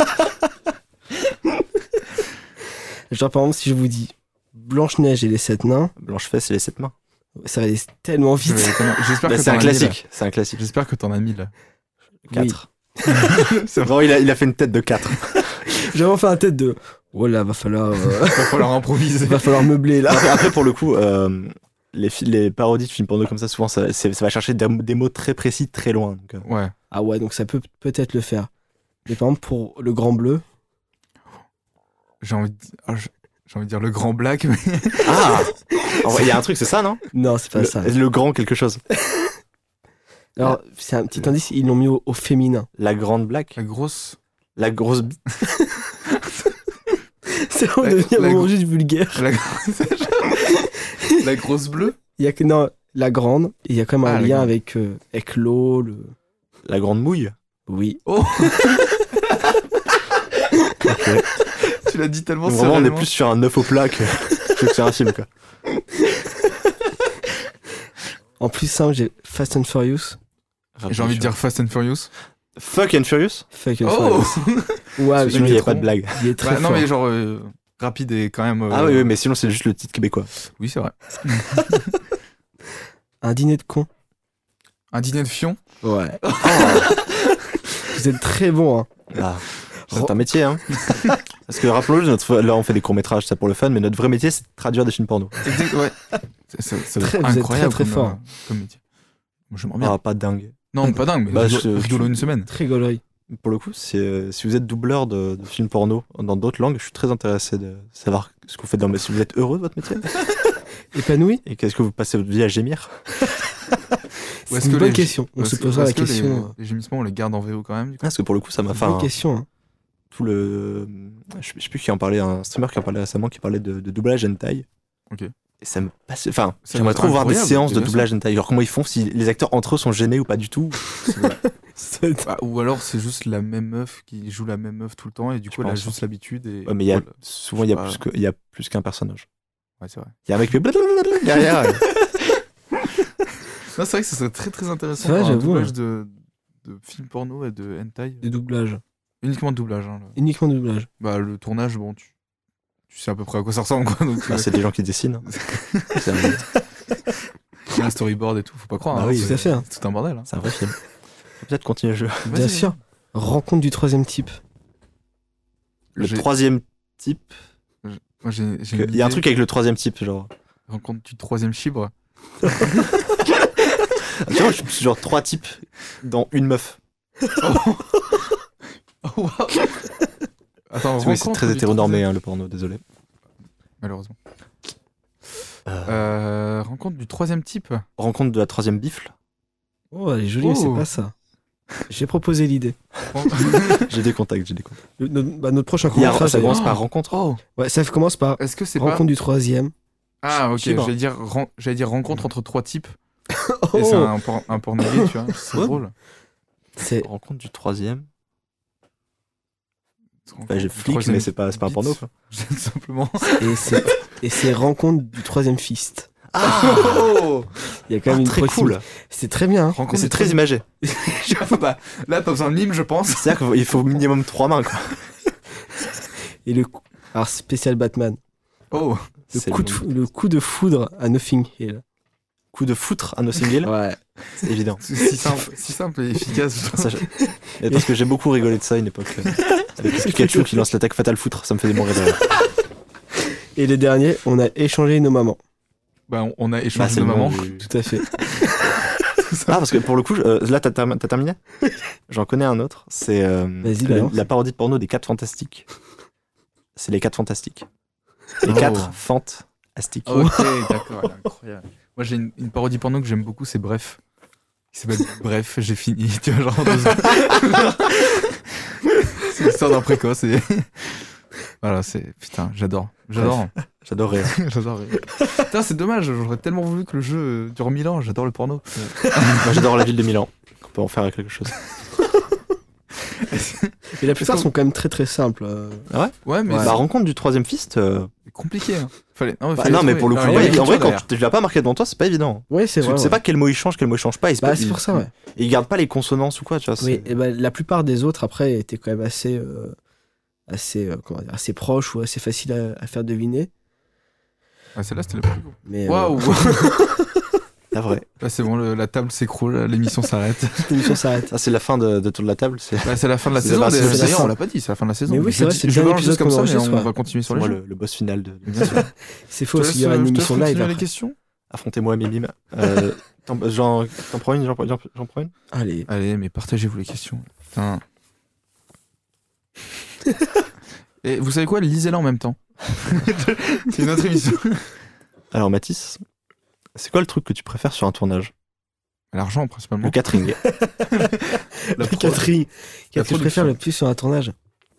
Genre par exemple, si je vous dis Blanche-Neige et les sept nains, Blanche-Fesse et les sept mains. ça va aller tellement vite. mais comment- j'espère Bah, que c'est t'en un as mis, là. classique. C'est un classique. J'espère que t'en as mis là. quatre. C'est vraiment, il a, il a fait une tête de quatre. J'ai vraiment fait un tête de oh là, va falloir, euh, Va falloir improviser. va falloir meubler là. Après, après, pour le coup, euh, les, fi- les parodies de films porno comme ça, souvent, ça, c'est- ça va chercher des, des mots très précis, très loin. Donc, euh, Ouais. Ah ouais, donc ça peut peut-être le faire. Mais par exemple, pour le Grand Bleu, J'ai envie de dire, ah, je- j'ai envie de dire le grand black, mais Ah En vrai, il y a un truc, c'est ça, non non, c'est pas le, ça. le grand quelque chose. Alors, c'est un petit indice, ils l'ont mis au, au féminin. La grande blague. la grosse. La grosse bite. C'est vraiment La- devenu un la moment gro- juste vulgaire. La, la grosse bleue. Il y a que, non, la grande, et il y a quand même Ah, un la lien grande. avec, euh, avec l'eau, le... La grande mouille. Oui. Oh, Ok. tu l'as dit tellement Donc, vraiment, on est sereinement. plus sur un œuf au plat que, que sur un film, quoi. En plus simple, j'ai Fast and Furious. J'ai envie de dire Fast and Furious. Fuck and Furious. Fuck and Oh Furious. Ouais, Sinon, il n'y a est pas de trop- blague. Il est très Bah, non, fort. mais genre euh, rapide et quand même. euh, Ah oui, oui, mais sinon, c'est juste le titre québécois. Oui, c'est vrai. Un dîner de con. Un dîner de fion. Ouais. Vous êtes très bon, hein. Ah, c'est un métier, hein. Parce que rappelons-le, notre... là, on fait des courts-métrages, ça pour le fun, mais notre vrai métier, c'est de traduire des films porno. Exact, ouais. C'est- c'est- Ça doit Très- être vous êtes incroyable très, très comme, fort. euh, comme métier. Moi, j'aimerais bien. Ah, pas dingue. Non, pas dingue, mais Bah, rigolo, je- rigolo une semaine. Très gaulois. Pour le coup, c'est, euh, si vous êtes doubleur de, de films porno dans d'autres langues, je suis très intéressé de savoir ce que vous faites dans le métier. Si vous êtes heureux de votre métier Épanoui. et qu'est-ce que vous passez votre vie à gémir. Ou est-ce C'est une que bonne les- question. On Est-ce se que- posera la est-ce que les- question. euh, Les gémissements, on les garde en V O quand même, du coup. Parce que pour le coup, ça m'a fait Bonne un- question. hein. tout le. Je je sais plus qui en parlait, un streamer qui en parlait récemment, qui parlait de, de doublage hentai. Ok. Et ça me passe. Enfin, Ça j'aimerais doit trop être voir des incroyable, séances de bien sûr. doublage hentai. Genre, comment ils font, si les acteurs entre eux sont gênés ou pas du tout. C'est- Bah, ou alors c'est juste la même meuf qui joue la même meuf tout le temps et du Je coup elle a pense. juste l'habitude. Et... Ouais, mais il y a, voilà. souvent, il y a, Je plus sais que, il y a plus qu'un personnage. Ouais, c'est vrai. Il y a un mec qui fait blablabla derrière. Non, c'est vrai que ça serait très très intéressant C'est vrai, pour un j'avoue, doublage hein. de, de films porno et de hentai. De doublage. Uniquement de doublage. Hein, le... Uniquement de doublage. Bah, le tournage, bon, tu... tu sais à peu près à quoi ça ressemble, quoi. Donc, Bah, euh, c'est des gens qui dessinent. hein. C'est un, il y a un storyboard et tout, faut pas croire. Bah hein, oui, c'est- tout à fait, hein. C'est tout un bordel. Hein. c'est un vrai film. Faut peut-être continuer le jeu. Bien Vas-y, sûr. Rencontre du troisième type. Le J'ai- troisième type. Moi, j'ai, j'ai que- une Il y a un idée. truc avec le troisième type, genre. Rencontre du troisième chibre. Tu vois, je suis genre trois types dans une meuf. Oh, wow. Attends, Oui, c'est rencontre très du hétéronormé, troisième- hein, le porno, désolé. Malheureusement. Euh, Euh, rencontre du troisième type. Rencontre de la troisième bifle. Oh, elle est jolie, mais c'est Oh. pas ça. J'ai proposé l'idée. J'ai des contacts, j'ai des contacts. Le- notre, bah, notre prochain Il y a- court-métrage, ça d'ailleurs. commence par rencontre. Oh, Ouais, ça commence par est-ce que c'est rencontre pas... du troisième. Ah, ok, Chibre. j'allais dire, ren- j'allais dire rencontre entre trois types. Oh, Et c'est un, por- un porno gay, tu vois. C'est Ouais. drôle. c'est Rencontre du troisième. Rencontre Bah, j'ai du flic, troisième mais c'est pas, c'est pas un bit. porno, quoi. Tout simplement. et c'est et c'est rencontre du troisième fist. Ah Il y a quand même une Très proximité. cool. C'est très bien. hein. Rencontre Mais c'est du très troisième- imagé. Je sais pas. Là, pas besoin de mime, je pense. C'est-à-dire qu'il faut minimum trois mains, quoi. Et le coup- alors spécial Batman. Oh, Le C'est coup, de, fou- le coup de foudre à Nothing Hill. coup de foutre à Notting Hill. Ouais. C'est évident. c'est si simple, si simple et efficace. Ça, je- Et parce que j'ai beaucoup rigolé de ça à une époque. euh, Avec le Pikachu qui lance l'attaque fatale foutre, ça me faisait mourir de rire. Et le dernier, on a échangé nos mamans. Bah, on, on a Bah, échangé c'est de le maman. moment où- Tout à fait. Ah, parce que pour le coup, euh, là, t'as term- t'as terminé. J'en connais un autre. C'est euh, Vas-y, le- balance. la parodie de porno des quatre fantastiques. C'est les quatre fantastiques. Les Oh. quatre fantastiques. Ok, d'accord, elle est incroyable. Moi, j'ai une, une parodie porno que j'aime beaucoup, c'est Bref. Qui s'appelle Bref, j'ai fini. Tu vois, genre en deux secondes. C'est l'histoire d'un précoce. Et... voilà, c'est. Putain, j'adore. J'adore. J'adorerais. J'adore. Putain, c'est dommage, j'aurais tellement voulu que le jeu dure mille ans, j'adore le porno. Moi, j'adore la ville de Milan. On peut en faire quelque chose. Et la plupart sont quand même très très simples. euh. Ouais, mais La c'est rencontre du troisième fist. euh, compliqué. Hein. Fallait... Non, mais, bah, fallait non, mais trouver. pour le coup, Alors, ouais, il y a en vrai, l'écriture quand tu tu l'as pas marqué devant toi, c'est pas évident. Ouais, c'est Tu vrai. sais ouais. pas quel mot il change, quel mot il change pas. Il se Bah, peut- c'est il- pour ça, ouais. Et il garde pas les consonances ou quoi, tu vois. Oui, c'est- et bah, la plupart des autres après étaient quand même assez, euh, assez, euh, comment dire, assez proches ou assez faciles à, à faire deviner. Ouais, celle-là, c'était la plus cool. Mais euh, Waouh. La vraie. Là, c'est bon, le- la table s'écroule, l'émission s'arrête. l'émission s'arrête. Ça, c'est la fin de, de Tour de la table. C'est Bah, c'est la fin de la C'est saison. la- D'ailleurs, c'est la d'ailleurs, fin. on l'a pas dit, c'est la fin de la saison. Mais oui, Je c'est vrai, dis- c'est le je dernier balance juste épisode comme qu'on ça, mais enregistre, on ouais. va continuer sur les moi jeux. le, le boss final de l'émission. C'est faux, Je te parce qu'il y aura laisse- une je te émission laisse live. continuer les après. questions. Affrontez-moi, Mimim. Euh, t'en, j'en, t'en prends une, j'en, j'en, j'en prends une. Allez. Allez, mais partagez-vous les questions. Putain. Et vous savez quoi, lisez-la en même temps. C'est une autre émission. Alors, Mathis, c'est quoi le truc que tu préfères sur un tournage? L'argent, principalement. Le catering. La prod. Catherine, La qu'est-ce que je préfère production. le plus sur un tournage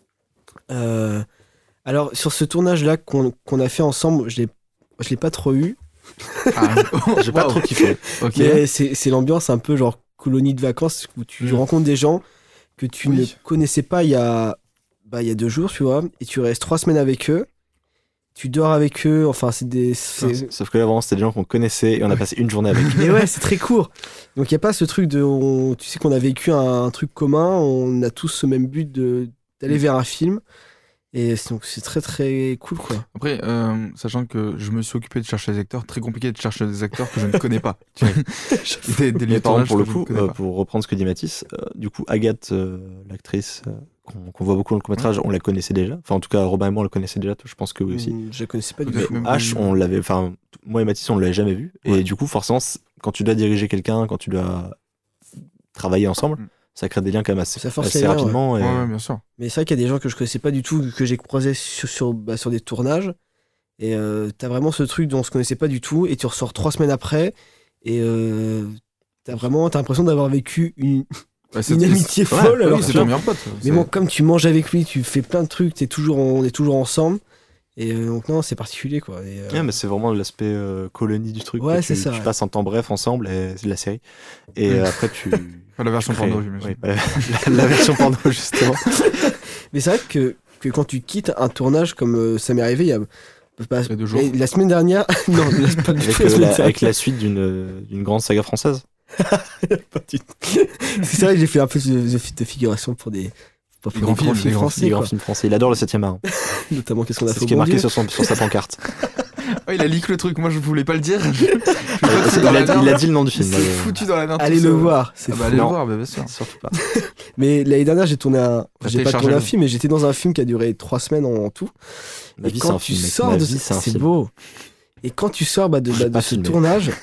Euh, Alors, sur ce tournage-là qu'on qu'on a fait ensemble, je l'ai je l'ai pas trop eu. Ah, J'ai pas wow. trop kiffé. Ok. Mais c'est c'est l'ambiance un peu genre colonie de vacances où tu Mm. rencontres des gens que tu Oui. ne connaissais pas il y a, bah, il y a deux jours, tu vois, et tu restes trois semaines avec eux. Tu dors avec eux, enfin, c'est des. c'est- Sauf que là, vraiment, c'était des gens qu'on connaissait et on a passé une journée avec. Mais ouais, c'est très court. Donc il n'y a pas ce truc de. on- Tu sais qu'on a vécu un, un truc commun, on a tous ce même but de d'aller vers un film. Et c'est- donc c'est très très cool quoi. Après, euh, sachant que je me suis occupé de chercher des acteurs, très compliqué de chercher des acteurs que je ne connais pas. Tu vois. Des, des lieux Mais de par tournage contre, pour le que je ne coup, connais euh, pas. pour reprendre ce que dit Mathis, euh, du coup, Agathe, euh, l'actrice euh, qu'on, qu'on voit beaucoup dans le court-métrage, on la connaissait déjà. Enfin, en tout cas, Robin et moi, on la connaissait déjà. Je pense que oui aussi. Mm, Je la connaissais pas du Peut-être tout. même- H, on l'avait, enfin, t- moi et Mathis, on l'avait jamais vu. Ouais. Et du coup, forcément, c- quand tu dois diriger quelqu'un, quand tu dois travailler ensemble, Mm. ça crée des liens quand même assez, Ça force assez les liens, rapidement. et- Ouais, ouais, bien sûr. Mais c'est vrai qu'il y a des gens que je connaissais pas du tout, que j'ai croisés sur, sur, bah, sur des tournages. Et euh, t'as vraiment ce truc dont on se connaissait pas du tout. Et tu ressors trois semaines après. Et euh, t'as vraiment t'as l'impression d'avoir vécu une, Bah, c'est- une amitié Ouais, folle. oui, alors c'est que- ton meilleur pote. mais C'est- bon, comme tu manges avec lui, tu fais plein de trucs, t'es toujours, on est toujours ensemble. Et euh, donc, non, c'est particulier quoi. Et, euh, Ouais, mais c'est vraiment l'aspect euh, colonie du truc. Ouais, que c'est tu, ça, Tu ouais. passes un temps bref ensemble, et c'est de la série. Et Mm. euh, après, tu. Pas la version tu crées- porno, j'imagine. oui, pas la, la- la version porno, justement. Mais c'est vrai que, que quand tu quittes un tournage comme euh, ça m'est arrivé il y a. bah, Il y a deux jours. la semaine dernière. non, la- pas du Avec, tout la euh, semaine la, dernière. avec la suite d'une, d'une grande saga française. Pas du tout. C'est vrai que j'ai fait un peu de, de, de figuration pour des, pour Des des grands grands films, films des grands français, Les grands quoi. films français. Il adore le septième art. Notamment qu'est-ce qu'on a C'est fait ce au qui est bon marqué Dieu. sur, son, sur sa pancarte. Oh, il a leak le truc, moi je voulais pas le dire. Je- je l'ai Euh, foutu il, dans a, la il merde. a dit le nom du Il film. s'est euh, foutu dans la merde. Allez tout le seul. voir, c'est Ah fou. bah, allez le Non. voir, bah, bien sûr. Surtout pas. Mais l'année dernière, j'ai tourné un, T'as j'ai pas téléchargé tourné un le- film, mais j'étais dans un film qui a duré trois semaines en, en tout. Ma Et vie, c'est quand un tu film. mec. sors Ma de vie, ce, c'est un c'est film. beau. Et quand tu sors bah, de, J'ai bah, de pas ce filmé. tournage,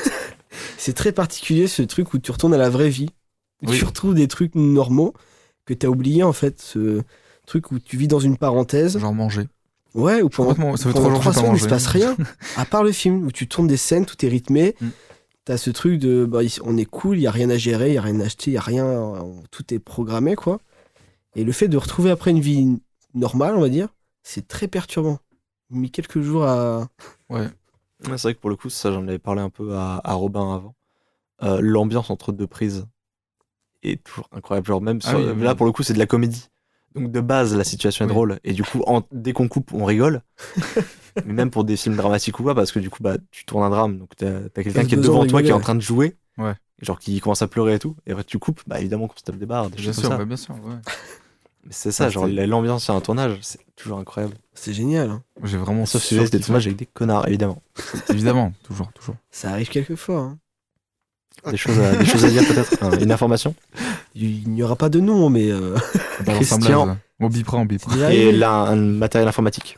c'est très particulier ce truc où tu retournes à la vraie vie. Où Oui. Tu retrouves des trucs normaux que t'as oublié en fait. Ce truc où tu vis dans une parenthèse. Genre manger. Ouais, ou pendant, Complètement, ça fait pendant trois jours que trois j'ai pas semaines, il se mangé. passe rien. À part le film où tu tournes des scènes, tout est rythmé. Mm. T'as ce truc de bah, ici, on est cool, il y a rien à gérer, il y a rien à acheter, il y a rien, on- tout est programmé quoi. Et le fait de retrouver après une vie normale, on va dire, c'est très perturbant. J'ai mis quelques jours à. Ouais. Ouais, c'est vrai que pour le coup, ça, j'en avais parlé un peu à, à Robin avant. Euh, l'ambiance entre deux prises est toujours incroyable. Genre, même Ah sur- oui, là, oui. pour le coup, c'est de la comédie. Donc, de base, la situation est Oui. drôle. Et du coup, en- dès qu'on coupe, on rigole. Mais même pour des films dramatiques ou pas, parce que du coup, bah, tu tournes un drame. Donc, t'as, t'as quelqu'un T'as qui est besoin devant de toi, qui est en rigoler. train de jouer. Ouais. Genre, qui commence à pleurer et tout. Et après, tu coupes. Bah, évidemment qu'on se tape des barres, des Bien choses sûr, comme ça. bah, bien sûr. Ouais. Mais c'est ça, Ah, genre, c'est- la- l'ambiance sur un tournage, c'est toujours incroyable. C'est génial. hein. J'ai vraiment. Sauf si j'ai des surkiffé. tournages avec des connards, évidemment. Évidemment, toujours, toujours. Ça arrive quelquefois. hein. Des choses à, des choses à dire, peut-être. Hein, une information. Il n'y aura pas de nom, mais. euh, Balance un Christian. blaze. On bipera, on bipera. déjà Et arrivé. là, un matériel informatique.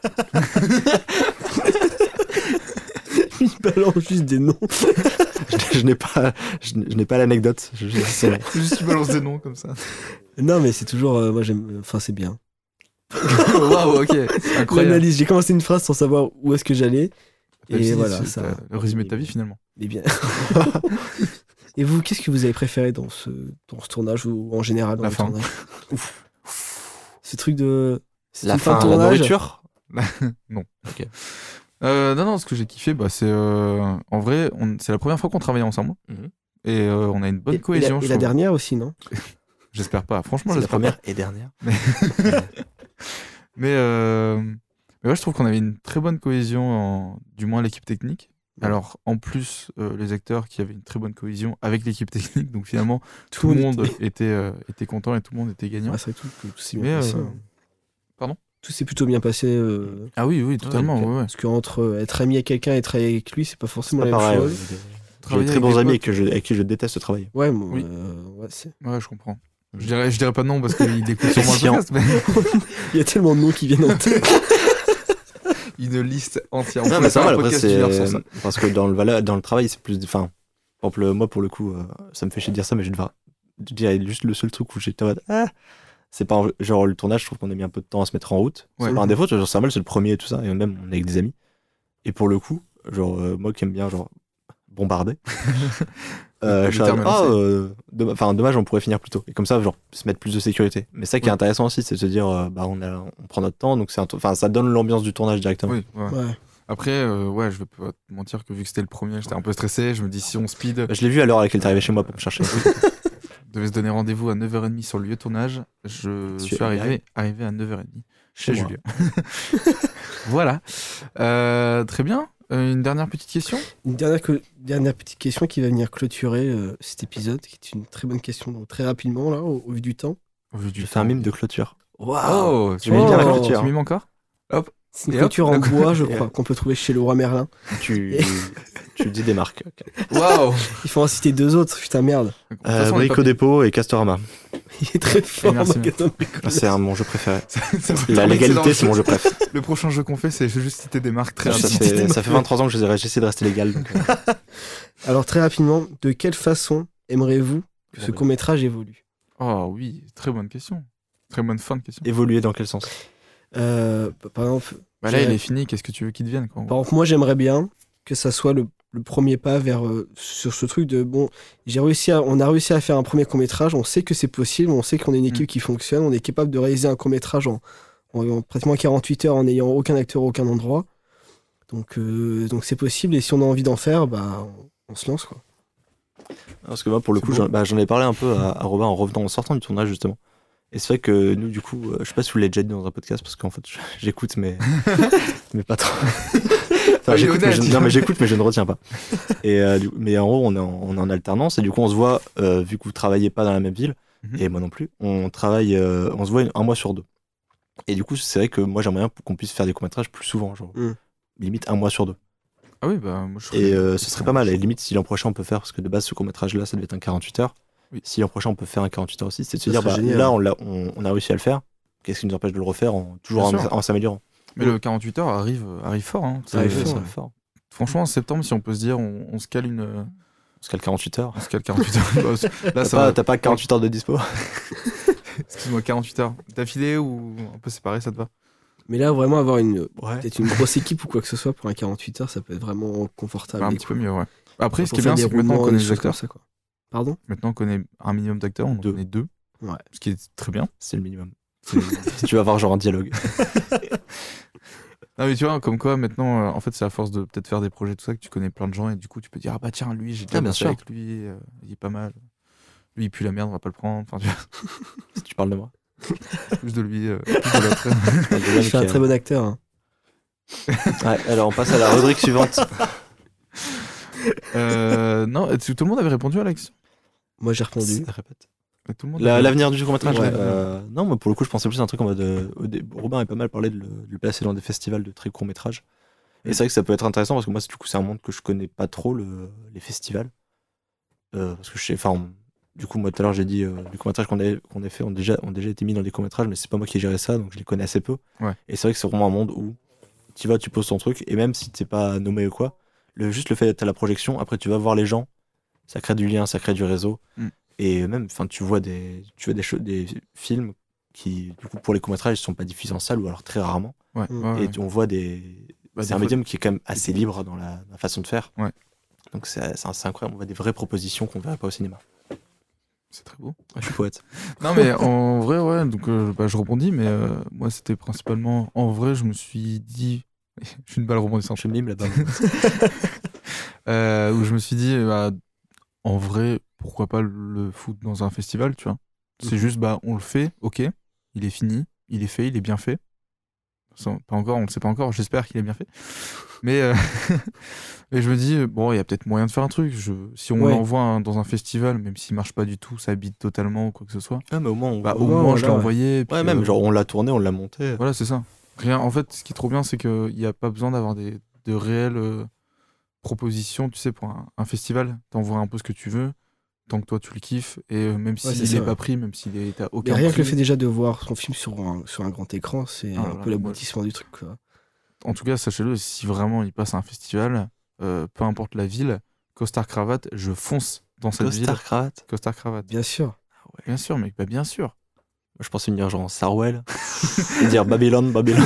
Il balance juste des noms. je, je n'ai pas, je, n'ai- je n'ai pas l'anecdote. Je, je- c'est- Juste tu balances des noms comme ça. Non, mais c'est toujours. euh, moi, j'aime. Enfin, c'est bien. Waouh, ok. Incroyable. L'analyse. J'ai commencé une phrase sans savoir où est-ce que j'allais. T'as Et fini, voilà, c'est- ça. t'as Le résumé de ta vie finalement. Mais bien. Et vous, qu'est-ce que vous avez préféré dans ce, dans ce tournage ou en général dans La le fin. tournage Ce truc de. c'est La une fin fin, de la tournage. nourriture. Non. Ok. Euh, non, non, ce que j'ai kiffé, bah, c'est euh, en vrai, on- c'est la première fois qu'on travaille ensemble. Mhm. Et euh, on a une bonne Et- et, cohésion. la, je et la trouve. dernière aussi, non? J'espère pas. Franchement, C'est la j'espère première et dernière. Mais, euh, mais ouais, je trouve qu'on avait une très bonne cohésion, en- du moins l'équipe technique. Ouais. Alors, en plus, euh, les acteurs qui avaient une très bonne cohésion avec l'équipe technique. Donc, finalement, tout, Tout le le monde monde était, euh, était content et tout le monde était gagnant. Ouais, c'est vrai que tout, que tout s'est Mais, bien passé. euh, hein. pardon Tout s'est plutôt bien passé. euh, Ah oui, oui, totalement. avec- ouais, ouais. Parce qu'entre euh, être ami avec quelqu'un et travailler avec lui, c'est pas C'est forcément pas la même pareil. chose. ouais. J'ai des Travailler très avec bons des amis potes. avec, que je- avec qui je déteste travailler. Ouais, moi, Oui. euh, ouais, c'est- Ouais, je comprends. Je dirais, je dirais pas non parce qu'il écoute sûrement le Chiant. podcast, mais il y a tellement de noms qui viennent en tête. une liste entière. On Non, pourrait mais c'est faire un normal, après, podcast d'une heure c'est. sur ça. Parce que dans le, vala- dans le travail, c'est plus. Enfin, par exemple, moi, pour le coup, euh, ça me fait chier de dire ça, mais je vais je dirais juste le seul truc où j'étais en mode. Ah, c'est pas. un- Genre, le tournage, je trouve qu'on a mis un peu de temps à se mettre en route. C'est Ouais. pas un défaut, genre, c'est normal, c'est le premier et tout ça, et même, on est avec des amis. Et pour le coup, genre, euh, moi qui aime bien, genre, bombarder. euh, Le je suis en terme mode, est ah, lancé. euh, domm- enfin, dommage, on pourrait finir plus tôt. Et comme ça, genre, se mettre plus de sécurité. Mais ça qui est Ouais. intéressant aussi, c'est de se dire, euh, bah, on, a, on prend notre temps, donc c'est un t- enfin, ça donne l'ambiance du tournage directement. Oui, ouais. Ouais. Après, euh, ouais, je vais pas te mentir que vu que c'était le premier, j'étais un peu stressé. Je me dis, si on speed, Bah, je l'ai vu à l'heure à laquelle t'es arrivé chez moi pour me chercher. on devait se donner rendez-vous à neuf heures trente sur le lieu de tournage. Je Tu suis es arrivé, arrivé à neuf heures trente chez Chez moi. Julien. Voilà. Euh, très bien. Euh, une dernière petite question. Une dernière, que- dernière petite question qui va venir clôturer euh, cet épisode, qui est une très bonne question. Donc, très rapidement, là, au, au vu du temps. Au vu du Je fais un temps. mime de clôture. Waouh Oh, tu J'aimais mimes bien la encore clôture, Tu hein. mimes encore C'est une Et hop, clôture en d'accord. bois, je Et crois, hop. qu'on peut trouver chez Leroy Merlin. Tu, tu dis des marques. ok. Waouh. Il faut en citer deux autres, putain, merde. De toute Euh, façon, on est pas Brico Dépôt et Castorama. Il est très fort, merci. magasin de Ah, bricolage. c'est un, mon jeu préféré. Ça me La permet de dans légalité, le c'est mon jeu préféré. Le prochain jeu qu'on fait, c'est juste citer des marques très Ça, J'ai rapides. cité fait, des ça fait marques. vingt-trois ans que j'essaie j'essaie de rester légal. donc, euh, Alors, très rapidement, de quelle façon aimeriez-vous que ce Bon, bah. court-métrage évolue? Oh oui, très bonne question. Très bonne fin de question. évoluer dans quel sens? Euh, Par exemple, Bah là, il j'ai- est fini. Qu'est-ce que tu veux qu'il devienne quoi, en Par gros exemple, moi, j'aimerais bien que ça soit le, le premier pas vers euh, sur ce truc de bon, j'ai réussi à, on a réussi à faire un premier court métrage, on sait que c'est possible, on sait qu'on est une équipe Mm. qui fonctionne, on est capable de réaliser un court métrage en, en- en pratiquement quarante-huit heures en n'ayant aucun acteur, aucun endroit. Donc, euh, donc c'est possible et si on a envie d'en faire, bah, on, on se lance quoi. Parce que moi, pour le C'est coup, beau. j'en bah, j'en ai parlé un peu à, à Robin en revenant, en sortant du tournage, justement. Et c'est vrai que nous, du coup, euh, je sais pas si vous l'avez déjà dit dans un podcast, parce qu'en fait, je- j'écoute, mais, mais pas trop. Enfin, Il est j'écoute, mais je, honnête. non, mais j'écoute, mais je ne retiens pas. Et, euh, du- mais en gros, on est en, on est en alternance, et du coup, on se voit, euh, vu que vous travaillez pas dans la même ville, Mhm. et moi non plus, on travaille, euh, on se voit un mois sur deux. Et du coup, c'est vrai que moi, j'aimerais bien qu'on puisse faire des courts-métrages plus souvent, genre, Mhm. limite un mois sur deux. Ah oui, bah moi je serais- Et euh, ce serait pas mal. Et limite, si l'an prochain on peut faire, parce que de base, ce court-métrage-là, ça devait être un quarante-huit heures. Oui. Si l'an prochain on peut faire un quarante-huit heures aussi, c'est de se Ça dire, serait bah, génial. là, on, l'a- on, on a réussi à le faire. Qu'est-ce qui nous empêche de le refaire en, toujours Bien en, sûr. en s'améliorant? Mais le quarante-huit heures arrive, arrive fort. Hein. Ça arrive C'est- fort, ça ouais. va fort. Franchement, en septembre, si on peut se dire, on, on se cale une. euh, Parce qu'à le quarante-huit heures. On se cale quarante-huit heures. Bah, c'est- Là, T'as ça pas, va. t'as pas quarante-huit heures de dispo? Excuse-moi, quarante-huit heures. D'affilée ou un peu séparé, ça te va? Mais là, vraiment avoir une Ouais. peut-être une grosse équipe ou quoi que ce soit pour un quarante-huit heures, ça peut être vraiment confortable. Bah, un et petit cool. peu mieux, ouais. Après, ce Pour qui est faire bien, des c'est que maintenant on roulements, connaît des les choses comme acteurs. ça, quoi. Pardon? Maintenant on connaît un minimum d'acteurs, on en Deux. connaît deux. Ouais. Ce qui est très bien. C'est le minimum. C'est- si tu vas avoir genre un dialogue. Ah mais tu vois, comme quoi maintenant, euh, en fait, c'est à force de peut-être faire des projets, tout ça, que tu connais plein de gens et du coup, tu peux dire, ah bah tiens, lui, j'ai déjà Ah, bien bossé sûr. avec lui, euh, il est pas mal. Lui, il pue la merde, on va pas le prendre. Enfin, tu vois, Si tu parles de moi. plus de lui, euh, plus de l'autre. Je parle de Yann Je suis un qui très a- bon acteur. hein. Ouais, alors on passe à la rubrique suivante. Euh, non, et tout tout le monde avait répondu à la question. Moi, j'ai répondu. Répète. Tout le monde La- avait- L'avenir du court-métrage Ouais. euh, Non, moi pour le coup, je pensais plus à un truc en mode. euh, au dé- Robin a pas mal parlé de le, de le placer dans des festivals de très court-métrage. Et c'est vrai que ça peut être intéressant parce que moi, c'est- du coup, c'est un monde que je connais pas trop, le, les festivals. Euh, parce que je sais. Enfin, on- du coup, moi tout à l'heure, j'ai dit euh, les courts-métrages qu'on a, qu'on a fait ont déjà, ont déjà été mis dans des courts-métrages, mais c'est pas moi qui ai géré ça, donc je les connais assez peu. Ouais. Et c'est vrai que c'est vraiment un monde où tu vas, tu poses ton truc, et même si t'es pas nommé ou quoi, le, juste le fait d'être à la projection, après tu vas voir les gens, ça crée du lien, ça crée du réseau. Mm. Et même, enfin, tu vois des, tu vois des, cho- des films qui, du coup, pour les courts-métrages, ils sont pas diffusés en salle ou alors très rarement. Ouais, Mm. ouais, Et ouais. tu- on voit des. Bah, c'est des un fois- médium qui est quand même assez libre dans la, la façon de faire. Ouais. Donc c'est c'est- c'est incroyable. On voit des vraies propositions qu'on verrait pas au cinéma. C'est très beau. Ah, je suis poète. Non mais en vrai ouais donc euh, bah, je rebondis mais euh, moi c'était principalement en vrai je me suis dit Je suis une balle rebondissante. Je mime là-bas. Euh, où je me suis dit, bah, en vrai, pourquoi pas le foutre dans un festival, tu vois. C'est Mhm. juste, bah, on le fait, ok, il est fini, il est fait, il est bien fait. Ça, pas encore, on le sait pas encore, j'espère qu'il est bien fait. Mais euh, et je me dis, bon, il y a peut-être moyen de faire un truc. Je, si on Ouais. l'envoie hein, dans un festival, même s'il marche pas du tout, ça bide totalement ou quoi que ce soit, Ah, mais au moins, on... bah, Au au moins, moins, je l'ai voilà, ouais. envoyé. et puis, ouais, même, euh, genre, on l'a tourné, on l'a monté. Voilà, c'est ça. Rien. En fait, ce qui est trop bien, c'est qu'il n'y a pas besoin d'avoir des, de réelles euh, propositions, tu sais, pour un, un festival. T'envoies un peu ce que tu veux, tant que toi tu le kiffes, et euh, même Ouais, s'il c'est n'est ça. pas pris, même s'il est à Mais aucun rien prix. que le fait déjà de voir son film sur un, sur un grand écran, c'est Ah, un voilà, peu l'aboutissement du truc. Quoi. En tout cas, sachez-le, si vraiment il passe à un festival, euh, peu importe la ville, costard cravate, je fonce dans cette ville. Costard cravate. Costard cravate. Bien sûr. Bien sûr, mec, bah bien sûr. Moi, je pensais venir genre en Sarwell. Et dire Babylone, Babylone.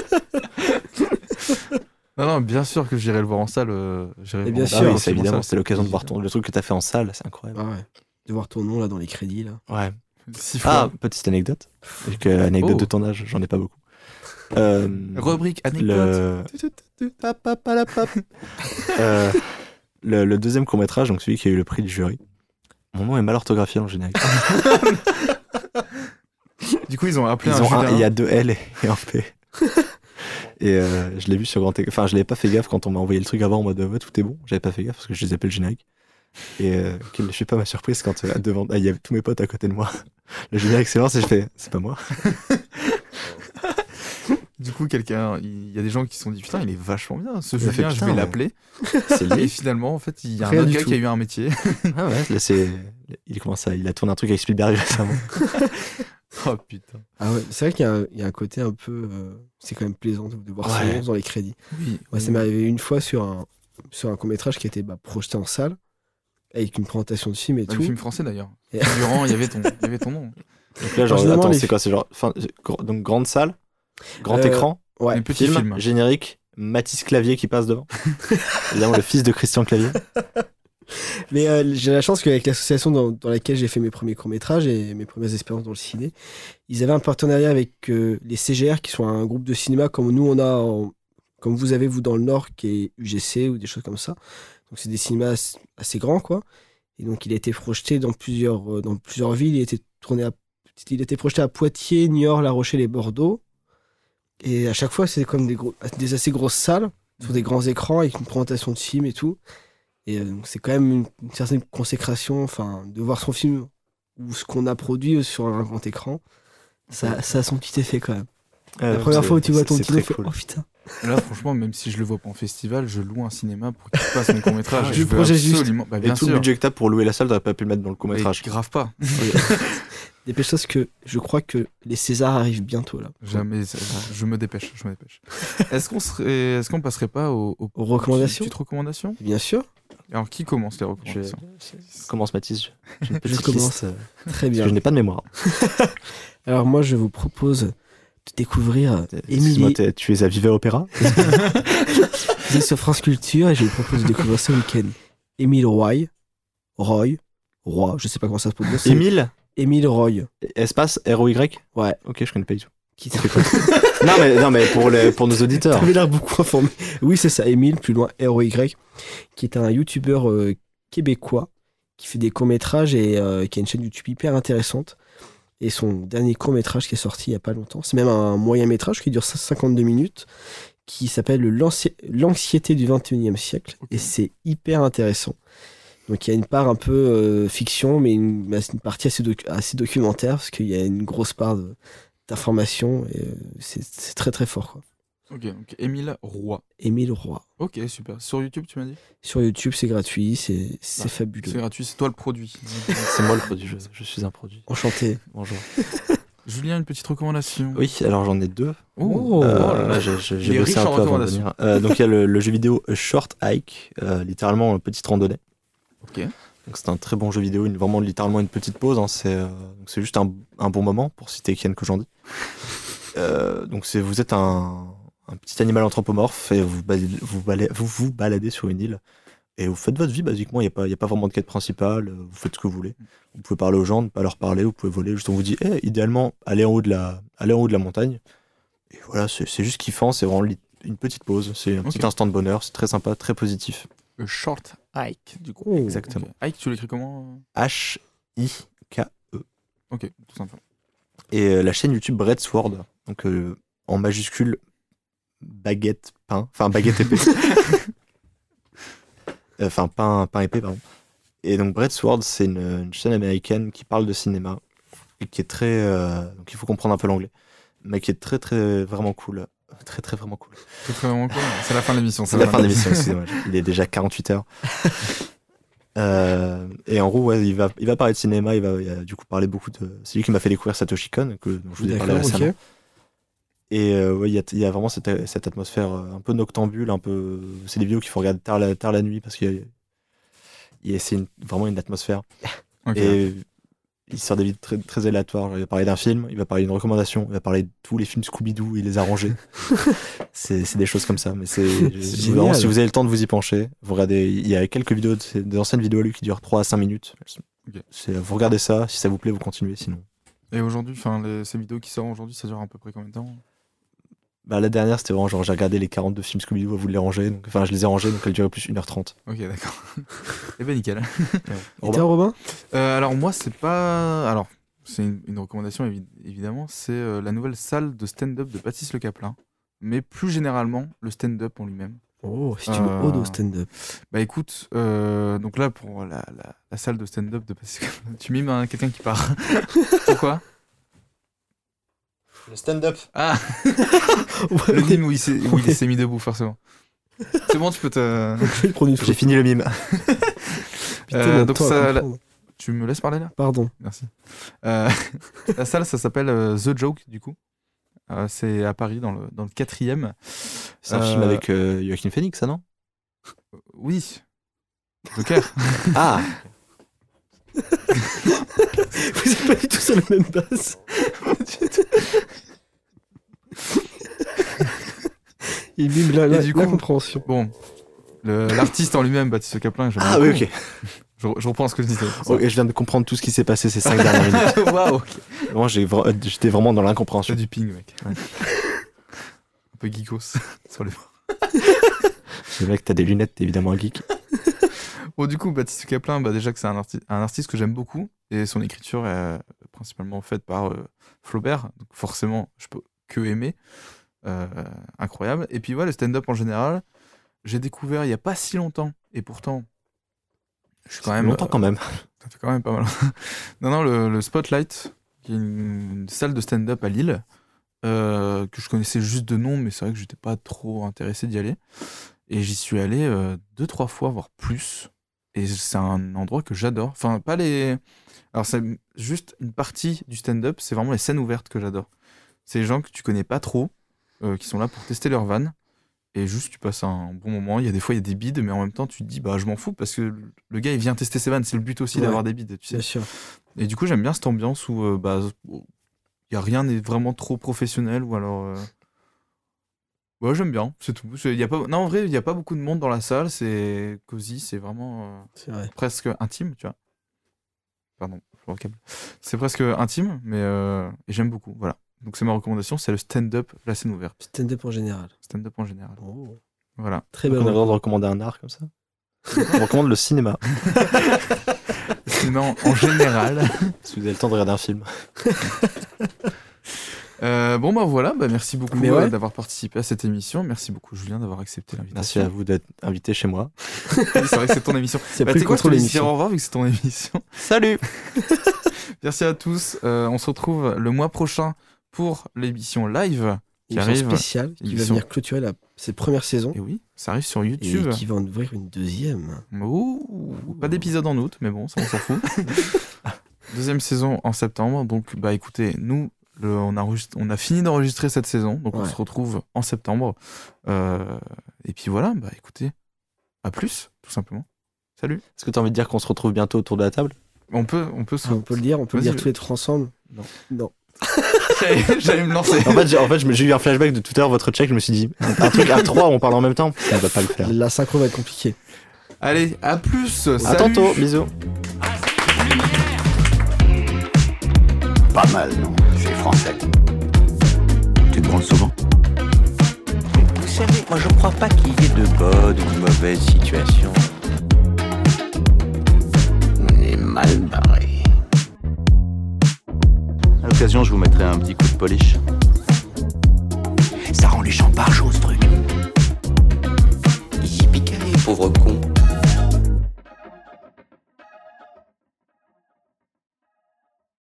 Non, non, bien sûr que j'irai le voir en salle. euh, j'irai Et le bien voir en Ah sûr, salle, oui, c'est en évidemment, salle. c'était l'occasion de voir ton... le truc que t'as fait en salle, c'est incroyable. Ah ouais. De voir ton nom là dans les crédits là. Ouais. Six Ah, fois. petite anecdote. Donc, euh, anecdote Oh. de ton âge, j'en ai pas beaucoup. Euh, Rubrique anecdote. le... Euh, le, le deuxième court-métrage, donc celui qui a eu le prix du jury. Mon nom est mal orthographié en général. Du coup, ils ont appelé Ils un ont un, Julien. il y a deux L et un P. Et euh, je l'ai vu sur grand écran. Enfin, je l'avais pas fait gaffe quand on m'a envoyé le truc avant en mode ouais, tout est bon. J'avais pas fait gaffe parce que je les appelle générique. Et euh, quelle, je sais pas ma surprise quand euh, devant, ah, il y avait tous mes potes à côté de moi. Le générique s'élance et je fais c'est pas moi. Du coup, quelqu'un, il y a des gens qui se sont dit putain, il est vachement bien. Ce Il a fait, Julien, je putain, vais ouais. l'appeler. C'est Et lui. finalement, en fait, il y a un Rien autre du gars tout. qui a eu un métier. Ah ouais, là, c'est, il commence à, il a tourné un truc avec Spielberg récemment. Oh putain. Ah ouais, c'est vrai qu'il y a, un- il y a un côté un peu. euh, c'est quand même plaisant de, de voir son Ouais. nom dans les crédits. Oui. Ouais, ça m'est arrivé une fois sur un, sur un court-métrage qui a été bah, projeté en salle, avec une présentation de film et Bah, tout. le film français d'ailleurs. Et- Durant, il y avait ton, il y avait ton nom. Donc là, genre, Généralement, attends, les c'est quoi, c'est genre, fin, gr- donc grande salle, grand Euh, écran, Ouais. Les petits film, films. générique, Mathis Clavier qui passe devant. Évidemment, le fils de Christian Clavier. Mais euh, j'ai la chance qu'avec l'association dans, dans laquelle j'ai fait mes premiers courts-métrages et mes premières expériences dans le ciné, ils avaient un partenariat avec euh, les C G R, qui sont un groupe de cinéma comme nous on a, en- comme vous avez vous dans le Nord, qui est U G C ou des choses comme ça. Donc c'est des cinémas assez, assez grands, quoi. Et donc il a été projeté dans plusieurs, euh, dans plusieurs villes. Il a été tourné à, il a été projeté à Poitiers, Niort, La Rochelle et Bordeaux. Et à chaque fois, c'est comme des, gros, des assez grosses salles sur des grands écrans avec une présentation de film et tout. Et euh, donc c'est quand même une, une certaine consécration, enfin, de voir son film ou ce qu'on a produit sur un grand écran, ça, ça a son petit effet quand même. La première fois où tu vois ton petit nom, très tu fais cool. oh putain. Là, franchement, même si je le vois pas en festival, je loue un cinéma pour qu'il passe mon court-métrage. Ah, je le veux projet juste. absolument. Bah, Et bien tout le sûr. budget que t'as pour louer la salle, t'aurais pas pu le mettre dans le Mais court-métrage. grave pas. Dépêche-toi parce que je crois que les Césars arrivent bientôt là. Jamais. Je me dépêche. Je me dépêche. Est-ce qu'on serait, est-ce qu'on passerait pas aux, aux Aux recommandations petites recommandations Bien sûr, Alors, qui commence les Je, recommandations je commence Mathis. J'ai une Je petite commence. liste, euh, très parce bien. que je n'ai pas de mémoire. Alors moi je vous propose de découvrir Excuse-moi, Émilie t'es- tu es à Viva Opéra. Vous êtes sur France Culture et je vous propose de découvrir ce week-end Émile Roy, Roy, Roy, je sais pas comment ça se prononce. c'est Émile, Émile Roy. espace, R O Y. Ouais. Ok, je connais pas du tout. Qui non, mais, non, mais pour, les, pour nos auditeurs. T'avais l'air beaucoup informé. Oui, c'est ça, Émile, plus loin, R O Y, qui est un youtubeur euh, québécois qui fait des courts-métrages et euh, qui a une chaîne YouTube hyper intéressante. Et son dernier court-métrage qui est sorti il y a pas longtemps, c'est même un moyen-métrage qui dure cinquante-deux minutes, qui s'appelle L'anxi- L'anxiété du vingt et unième siècle. Ok. Et c'est hyper intéressant. Donc il y a une part un peu euh, fiction, mais une, mais c'est une partie assez, docu- assez documentaire, parce qu'il y a une grosse part de- d'information, et euh, c'est c'est très très fort, quoi. Ok, donc Émile Roy. Émile Roy. Ok, super. Sur YouTube, tu m'as dit Sur YouTube, c'est gratuit, c'est c'est Ah, fabuleux. C'est gratuit, c'est toi le produit. C'est moi le produit, je, je suis un produit. Enchanté. Bonjour. Julien, une petite recommandation. Oui, alors j'en ai deux. Oh, Euh, oh là là. j'ai- j'ai Il j'ai est bossé riche un en peu avant de recommandations. venir. Euh, donc il y a le, le jeu vidéo A Short Hike, euh, littéralement une petite randonnée. Ok. Donc c'est un très bon jeu vidéo, une, vraiment littéralement une petite pause. Hein, c'est euh, donc c'est juste un, un bon moment pour citer Ken Kojandi. Euh, donc c'est vous êtes un, un petit animal anthropomorphe et vous baladez, vous, baladez, vous vous baladez sur une île et vous faites votre vie basiquement. Il n'y a pas il y a pas vraiment de quête principale. euh, Vous faites ce que vous voulez. Vous pouvez parler aux gens, ne pas leur parler. Vous pouvez voler. Juste on vous dit, eh, idéalement, allez en haut de la allez en haut de la montagne. Et voilà, c'est c'est juste kiffant. C'est vraiment li- une petite pause, c'est un Ok. petit instant de bonheur, c'est très sympa, très positif. Le short hike, du coup. Oh. Exactement. Ok. Hike, tu l'écris comment? H I K E. Ok, tout simplement. Et euh, la chaîne YouTube Bread Sword, donc euh, en majuscule baguette pain, enfin baguette épée. Enfin pain, pain épée, pardon. Et donc Bread Sword, c'est une, une chaîne américaine qui parle de cinéma et qui est très. Euh, donc il faut comprendre un peu l'anglais, mais qui est très très vraiment cool. Très très vraiment cool. C'est très vraiment cool. C'est la fin de l'émission. C'est la fin de l'émission, excusez-moi. Il est déjà quarante-huit heures. Euh, et en gros, ouais, il, va, il va parler de cinéma, il va, il va du coup parler beaucoup de. C'est lui qui m'a fait découvrir Satoshi Kon, que, dont je vous ai parlé D'accord, récemment. ok. Et euh, ouais, il y a, il y a vraiment cette, cette atmosphère euh, un peu noctambule, un peu. C'est des vidéos qu'il faut regarder tard la, tard la nuit parce qu'il y a, il y a- c'est une- vraiment une atmosphère. Ok. Et il sort des vidéos très, très aléatoires. Genre, il va parler d'un film, il va parler d'une recommandation, il va parler de tous les films Scooby-Doo, il les a rangés. c'est, c'est des choses comme ça. Mais c'est, C'est vraiment, génial. si vous avez le temps de vous y pencher, vous regardez. Il y a quelques vidéos, de- c'est des anciennes vidéos à lui qui durent trois à cinq minutes. Ok. C'est, vous regardez ça, si ça vous plaît, vous continuez. Sinon, Et aujourd'hui, enfin, les- ces vidéos qui sortent aujourd'hui, ça dure à peu près combien de temps? bah, la dernière, c'était vraiment genre j'ai regardé les quarante-deux films Scooby-Doo à vous de les ranger. Donc, enfin, je les ai rangés, donc elle durait plus une heure trente. Ok, d'accord. Eh ben nickel. Et toi, Robin? Euh, alors moi, c'est pas. Alors, c'est une, une recommandation évi- évidemment. C'est euh, la nouvelle salle de stand-up de Baptiste Le Caplin, mais plus généralement le stand-up en lui-même. Oh, c'est une Euh, ode au stand-up. Bah écoute, euh, donc là pour la, la, la salle de stand-up de Baptiste Le Caplin, tu mimes hein, quelqu'un qui part. Pourquoi? Le stand-up. Ah, le mime où il s'est où il s'est mis debout forcément. C'est bon, tu peux te. Je vais prendre une J'ai photo. fini le mime. Putain, Euh, on donc attend à ça- comprendre. Tu me laisses parler là? Pardon. Merci. Euh, la salle, ça s'appelle euh, The Joke, du coup. Euh, c'est à Paris, dans le, dans le quatrième. C'est un Euh, film avec euh, Joaquin Phoenix, ça, non? Oui. Joker. Ah. Vous êtes pas du tout sur la même base. Il mime la, Et la, du la coup- compréhension. Bon. Le- L'artiste en lui-même, Baptiste Le Caplin, j'aime Ah beaucoup. oui, ok. Je, je reprends ce que je disais. Oh, et je viens de comprendre tout ce qui s'est passé ces cinq dernières minutes. Waouh, ok. Moi, j'ai vra- euh, j'étais vraiment dans C'est l'incompréhension. du ping, mec. Ouais. Un peu geekos sur les bords. Le mec, t'as des lunettes, t'es évidemment un geek. Bon, du coup, Baptiste Le Caplin, bah, déjà que c'est un, arti- un artiste que j'aime beaucoup, et son écriture est euh, principalement faite par euh, Flaubert, donc forcément, je peux que aimer. Euh, incroyable. Et puis, ouais, le stand-up en général, j'ai découvert il n'y a pas si longtemps, et pourtant, je suis quand même. Longtemps quand même. Ça fait quand même pas mal. non, non, le, le Spotlight, qui est une, une salle de stand-up à Lille, euh, que je connaissais juste de nom, mais c'est vrai que j'étais pas trop intéressé d'y aller. Et j'y suis allé euh, deux, trois fois, voire plus. Et c'est un endroit que j'adore. Enfin, pas les. Alors, c'est juste une partie du stand-up, c'est vraiment les scènes ouvertes que j'adore. C'est les gens que tu connais pas trop, euh, qui sont là pour tester leur vanne. Et juste, tu passes un bon moment. Il y a des fois, il y a des bides, mais en même temps, tu te dis, bah, je m'en fous parce que le gars, il vient tester ses vannes. C'est le but aussi Ouais. d'avoir des bides, tu sais. Bien sûr. Et du coup, j'aime bien cette ambiance où euh, bah, il y a rien n'est vraiment trop professionnel ou alors. euh, Ouais, j'aime bien, c'est tout. C'est- y a pas... Non, en vrai, il n'y a pas beaucoup de monde dans la salle. C'est cosy, c'est vraiment euh, C'est vrai. presque intime, tu vois. Pardon, je vois le câble. C'est presque intime, mais euh, et j'aime beaucoup. Voilà. Donc, c'est ma recommandation, c'est le stand-up, la scène ouverte. Stand-up en général. Stand-up en général. Oh. Voilà. Très Donc, bien. on a le droit de recommander un art comme ça. On recommande le cinéma. Sinon, en général. Si vous avez le temps de regarder un film. Euh, bon, bah voilà, bah, merci beaucoup Mais euh, ouais. d'avoir participé à cette émission. Merci beaucoup, Julien, d'avoir accepté Merci l'invitation. à vous d'être invité chez moi. Oui, c'est vrai que c'est ton émission. C'est Bah, plus t'es quoi, je te contrôle laisse dire l'émission. au revoir vu que c'est ton émission. Salut. Merci à tous. Euh, on se retrouve le mois prochain pour l'émission live qui Une arrive. spéciale qui va Émission. venir clôturer la... ses premières saisons Et oui, ça arrive sur et YouTube. qui va en ouvrir une deuxième. Ouh, pas d'épisode en août, mais bon, ça on s'en fout. Deuxième saison en septembre. Donc, bah écoutez, nous, le- on, a enregistré- on a fini d'enregistrer cette saison. Donc, on Ouais. se retrouve en septembre. Euh, et puis voilà, bah écoutez, à plus, tout simplement. Salut. Est-ce que tu as envie de dire qu'on se retrouve bientôt autour de la table? On peut, on peut se. Ah, on peut le dire, on peut le Vas-y. dire tous les trois ensemble. Non. Non. J'allais- J'allais me lancer. En fait, j'ai, en fait, je me- j'ai eu un flashback de tout à l'heure, votre check, je me suis dit, un truc à trois, on parle en même temps, ça ne va pas le faire. La synchro va être compliquée. Allez, à plus. À Salut. tantôt, bisous. Pas mal, non? C'est français. Tu te branles souvent? Vous savez, moi je crois pas qu'il y ait de bonnes ou de mauvaises situations. On est mal barré. À l'occasion, je vous mettrai un petit coup de polish. Ça rend les gens par chaud, ce truc. Yippee-ki-yay, pauvre con.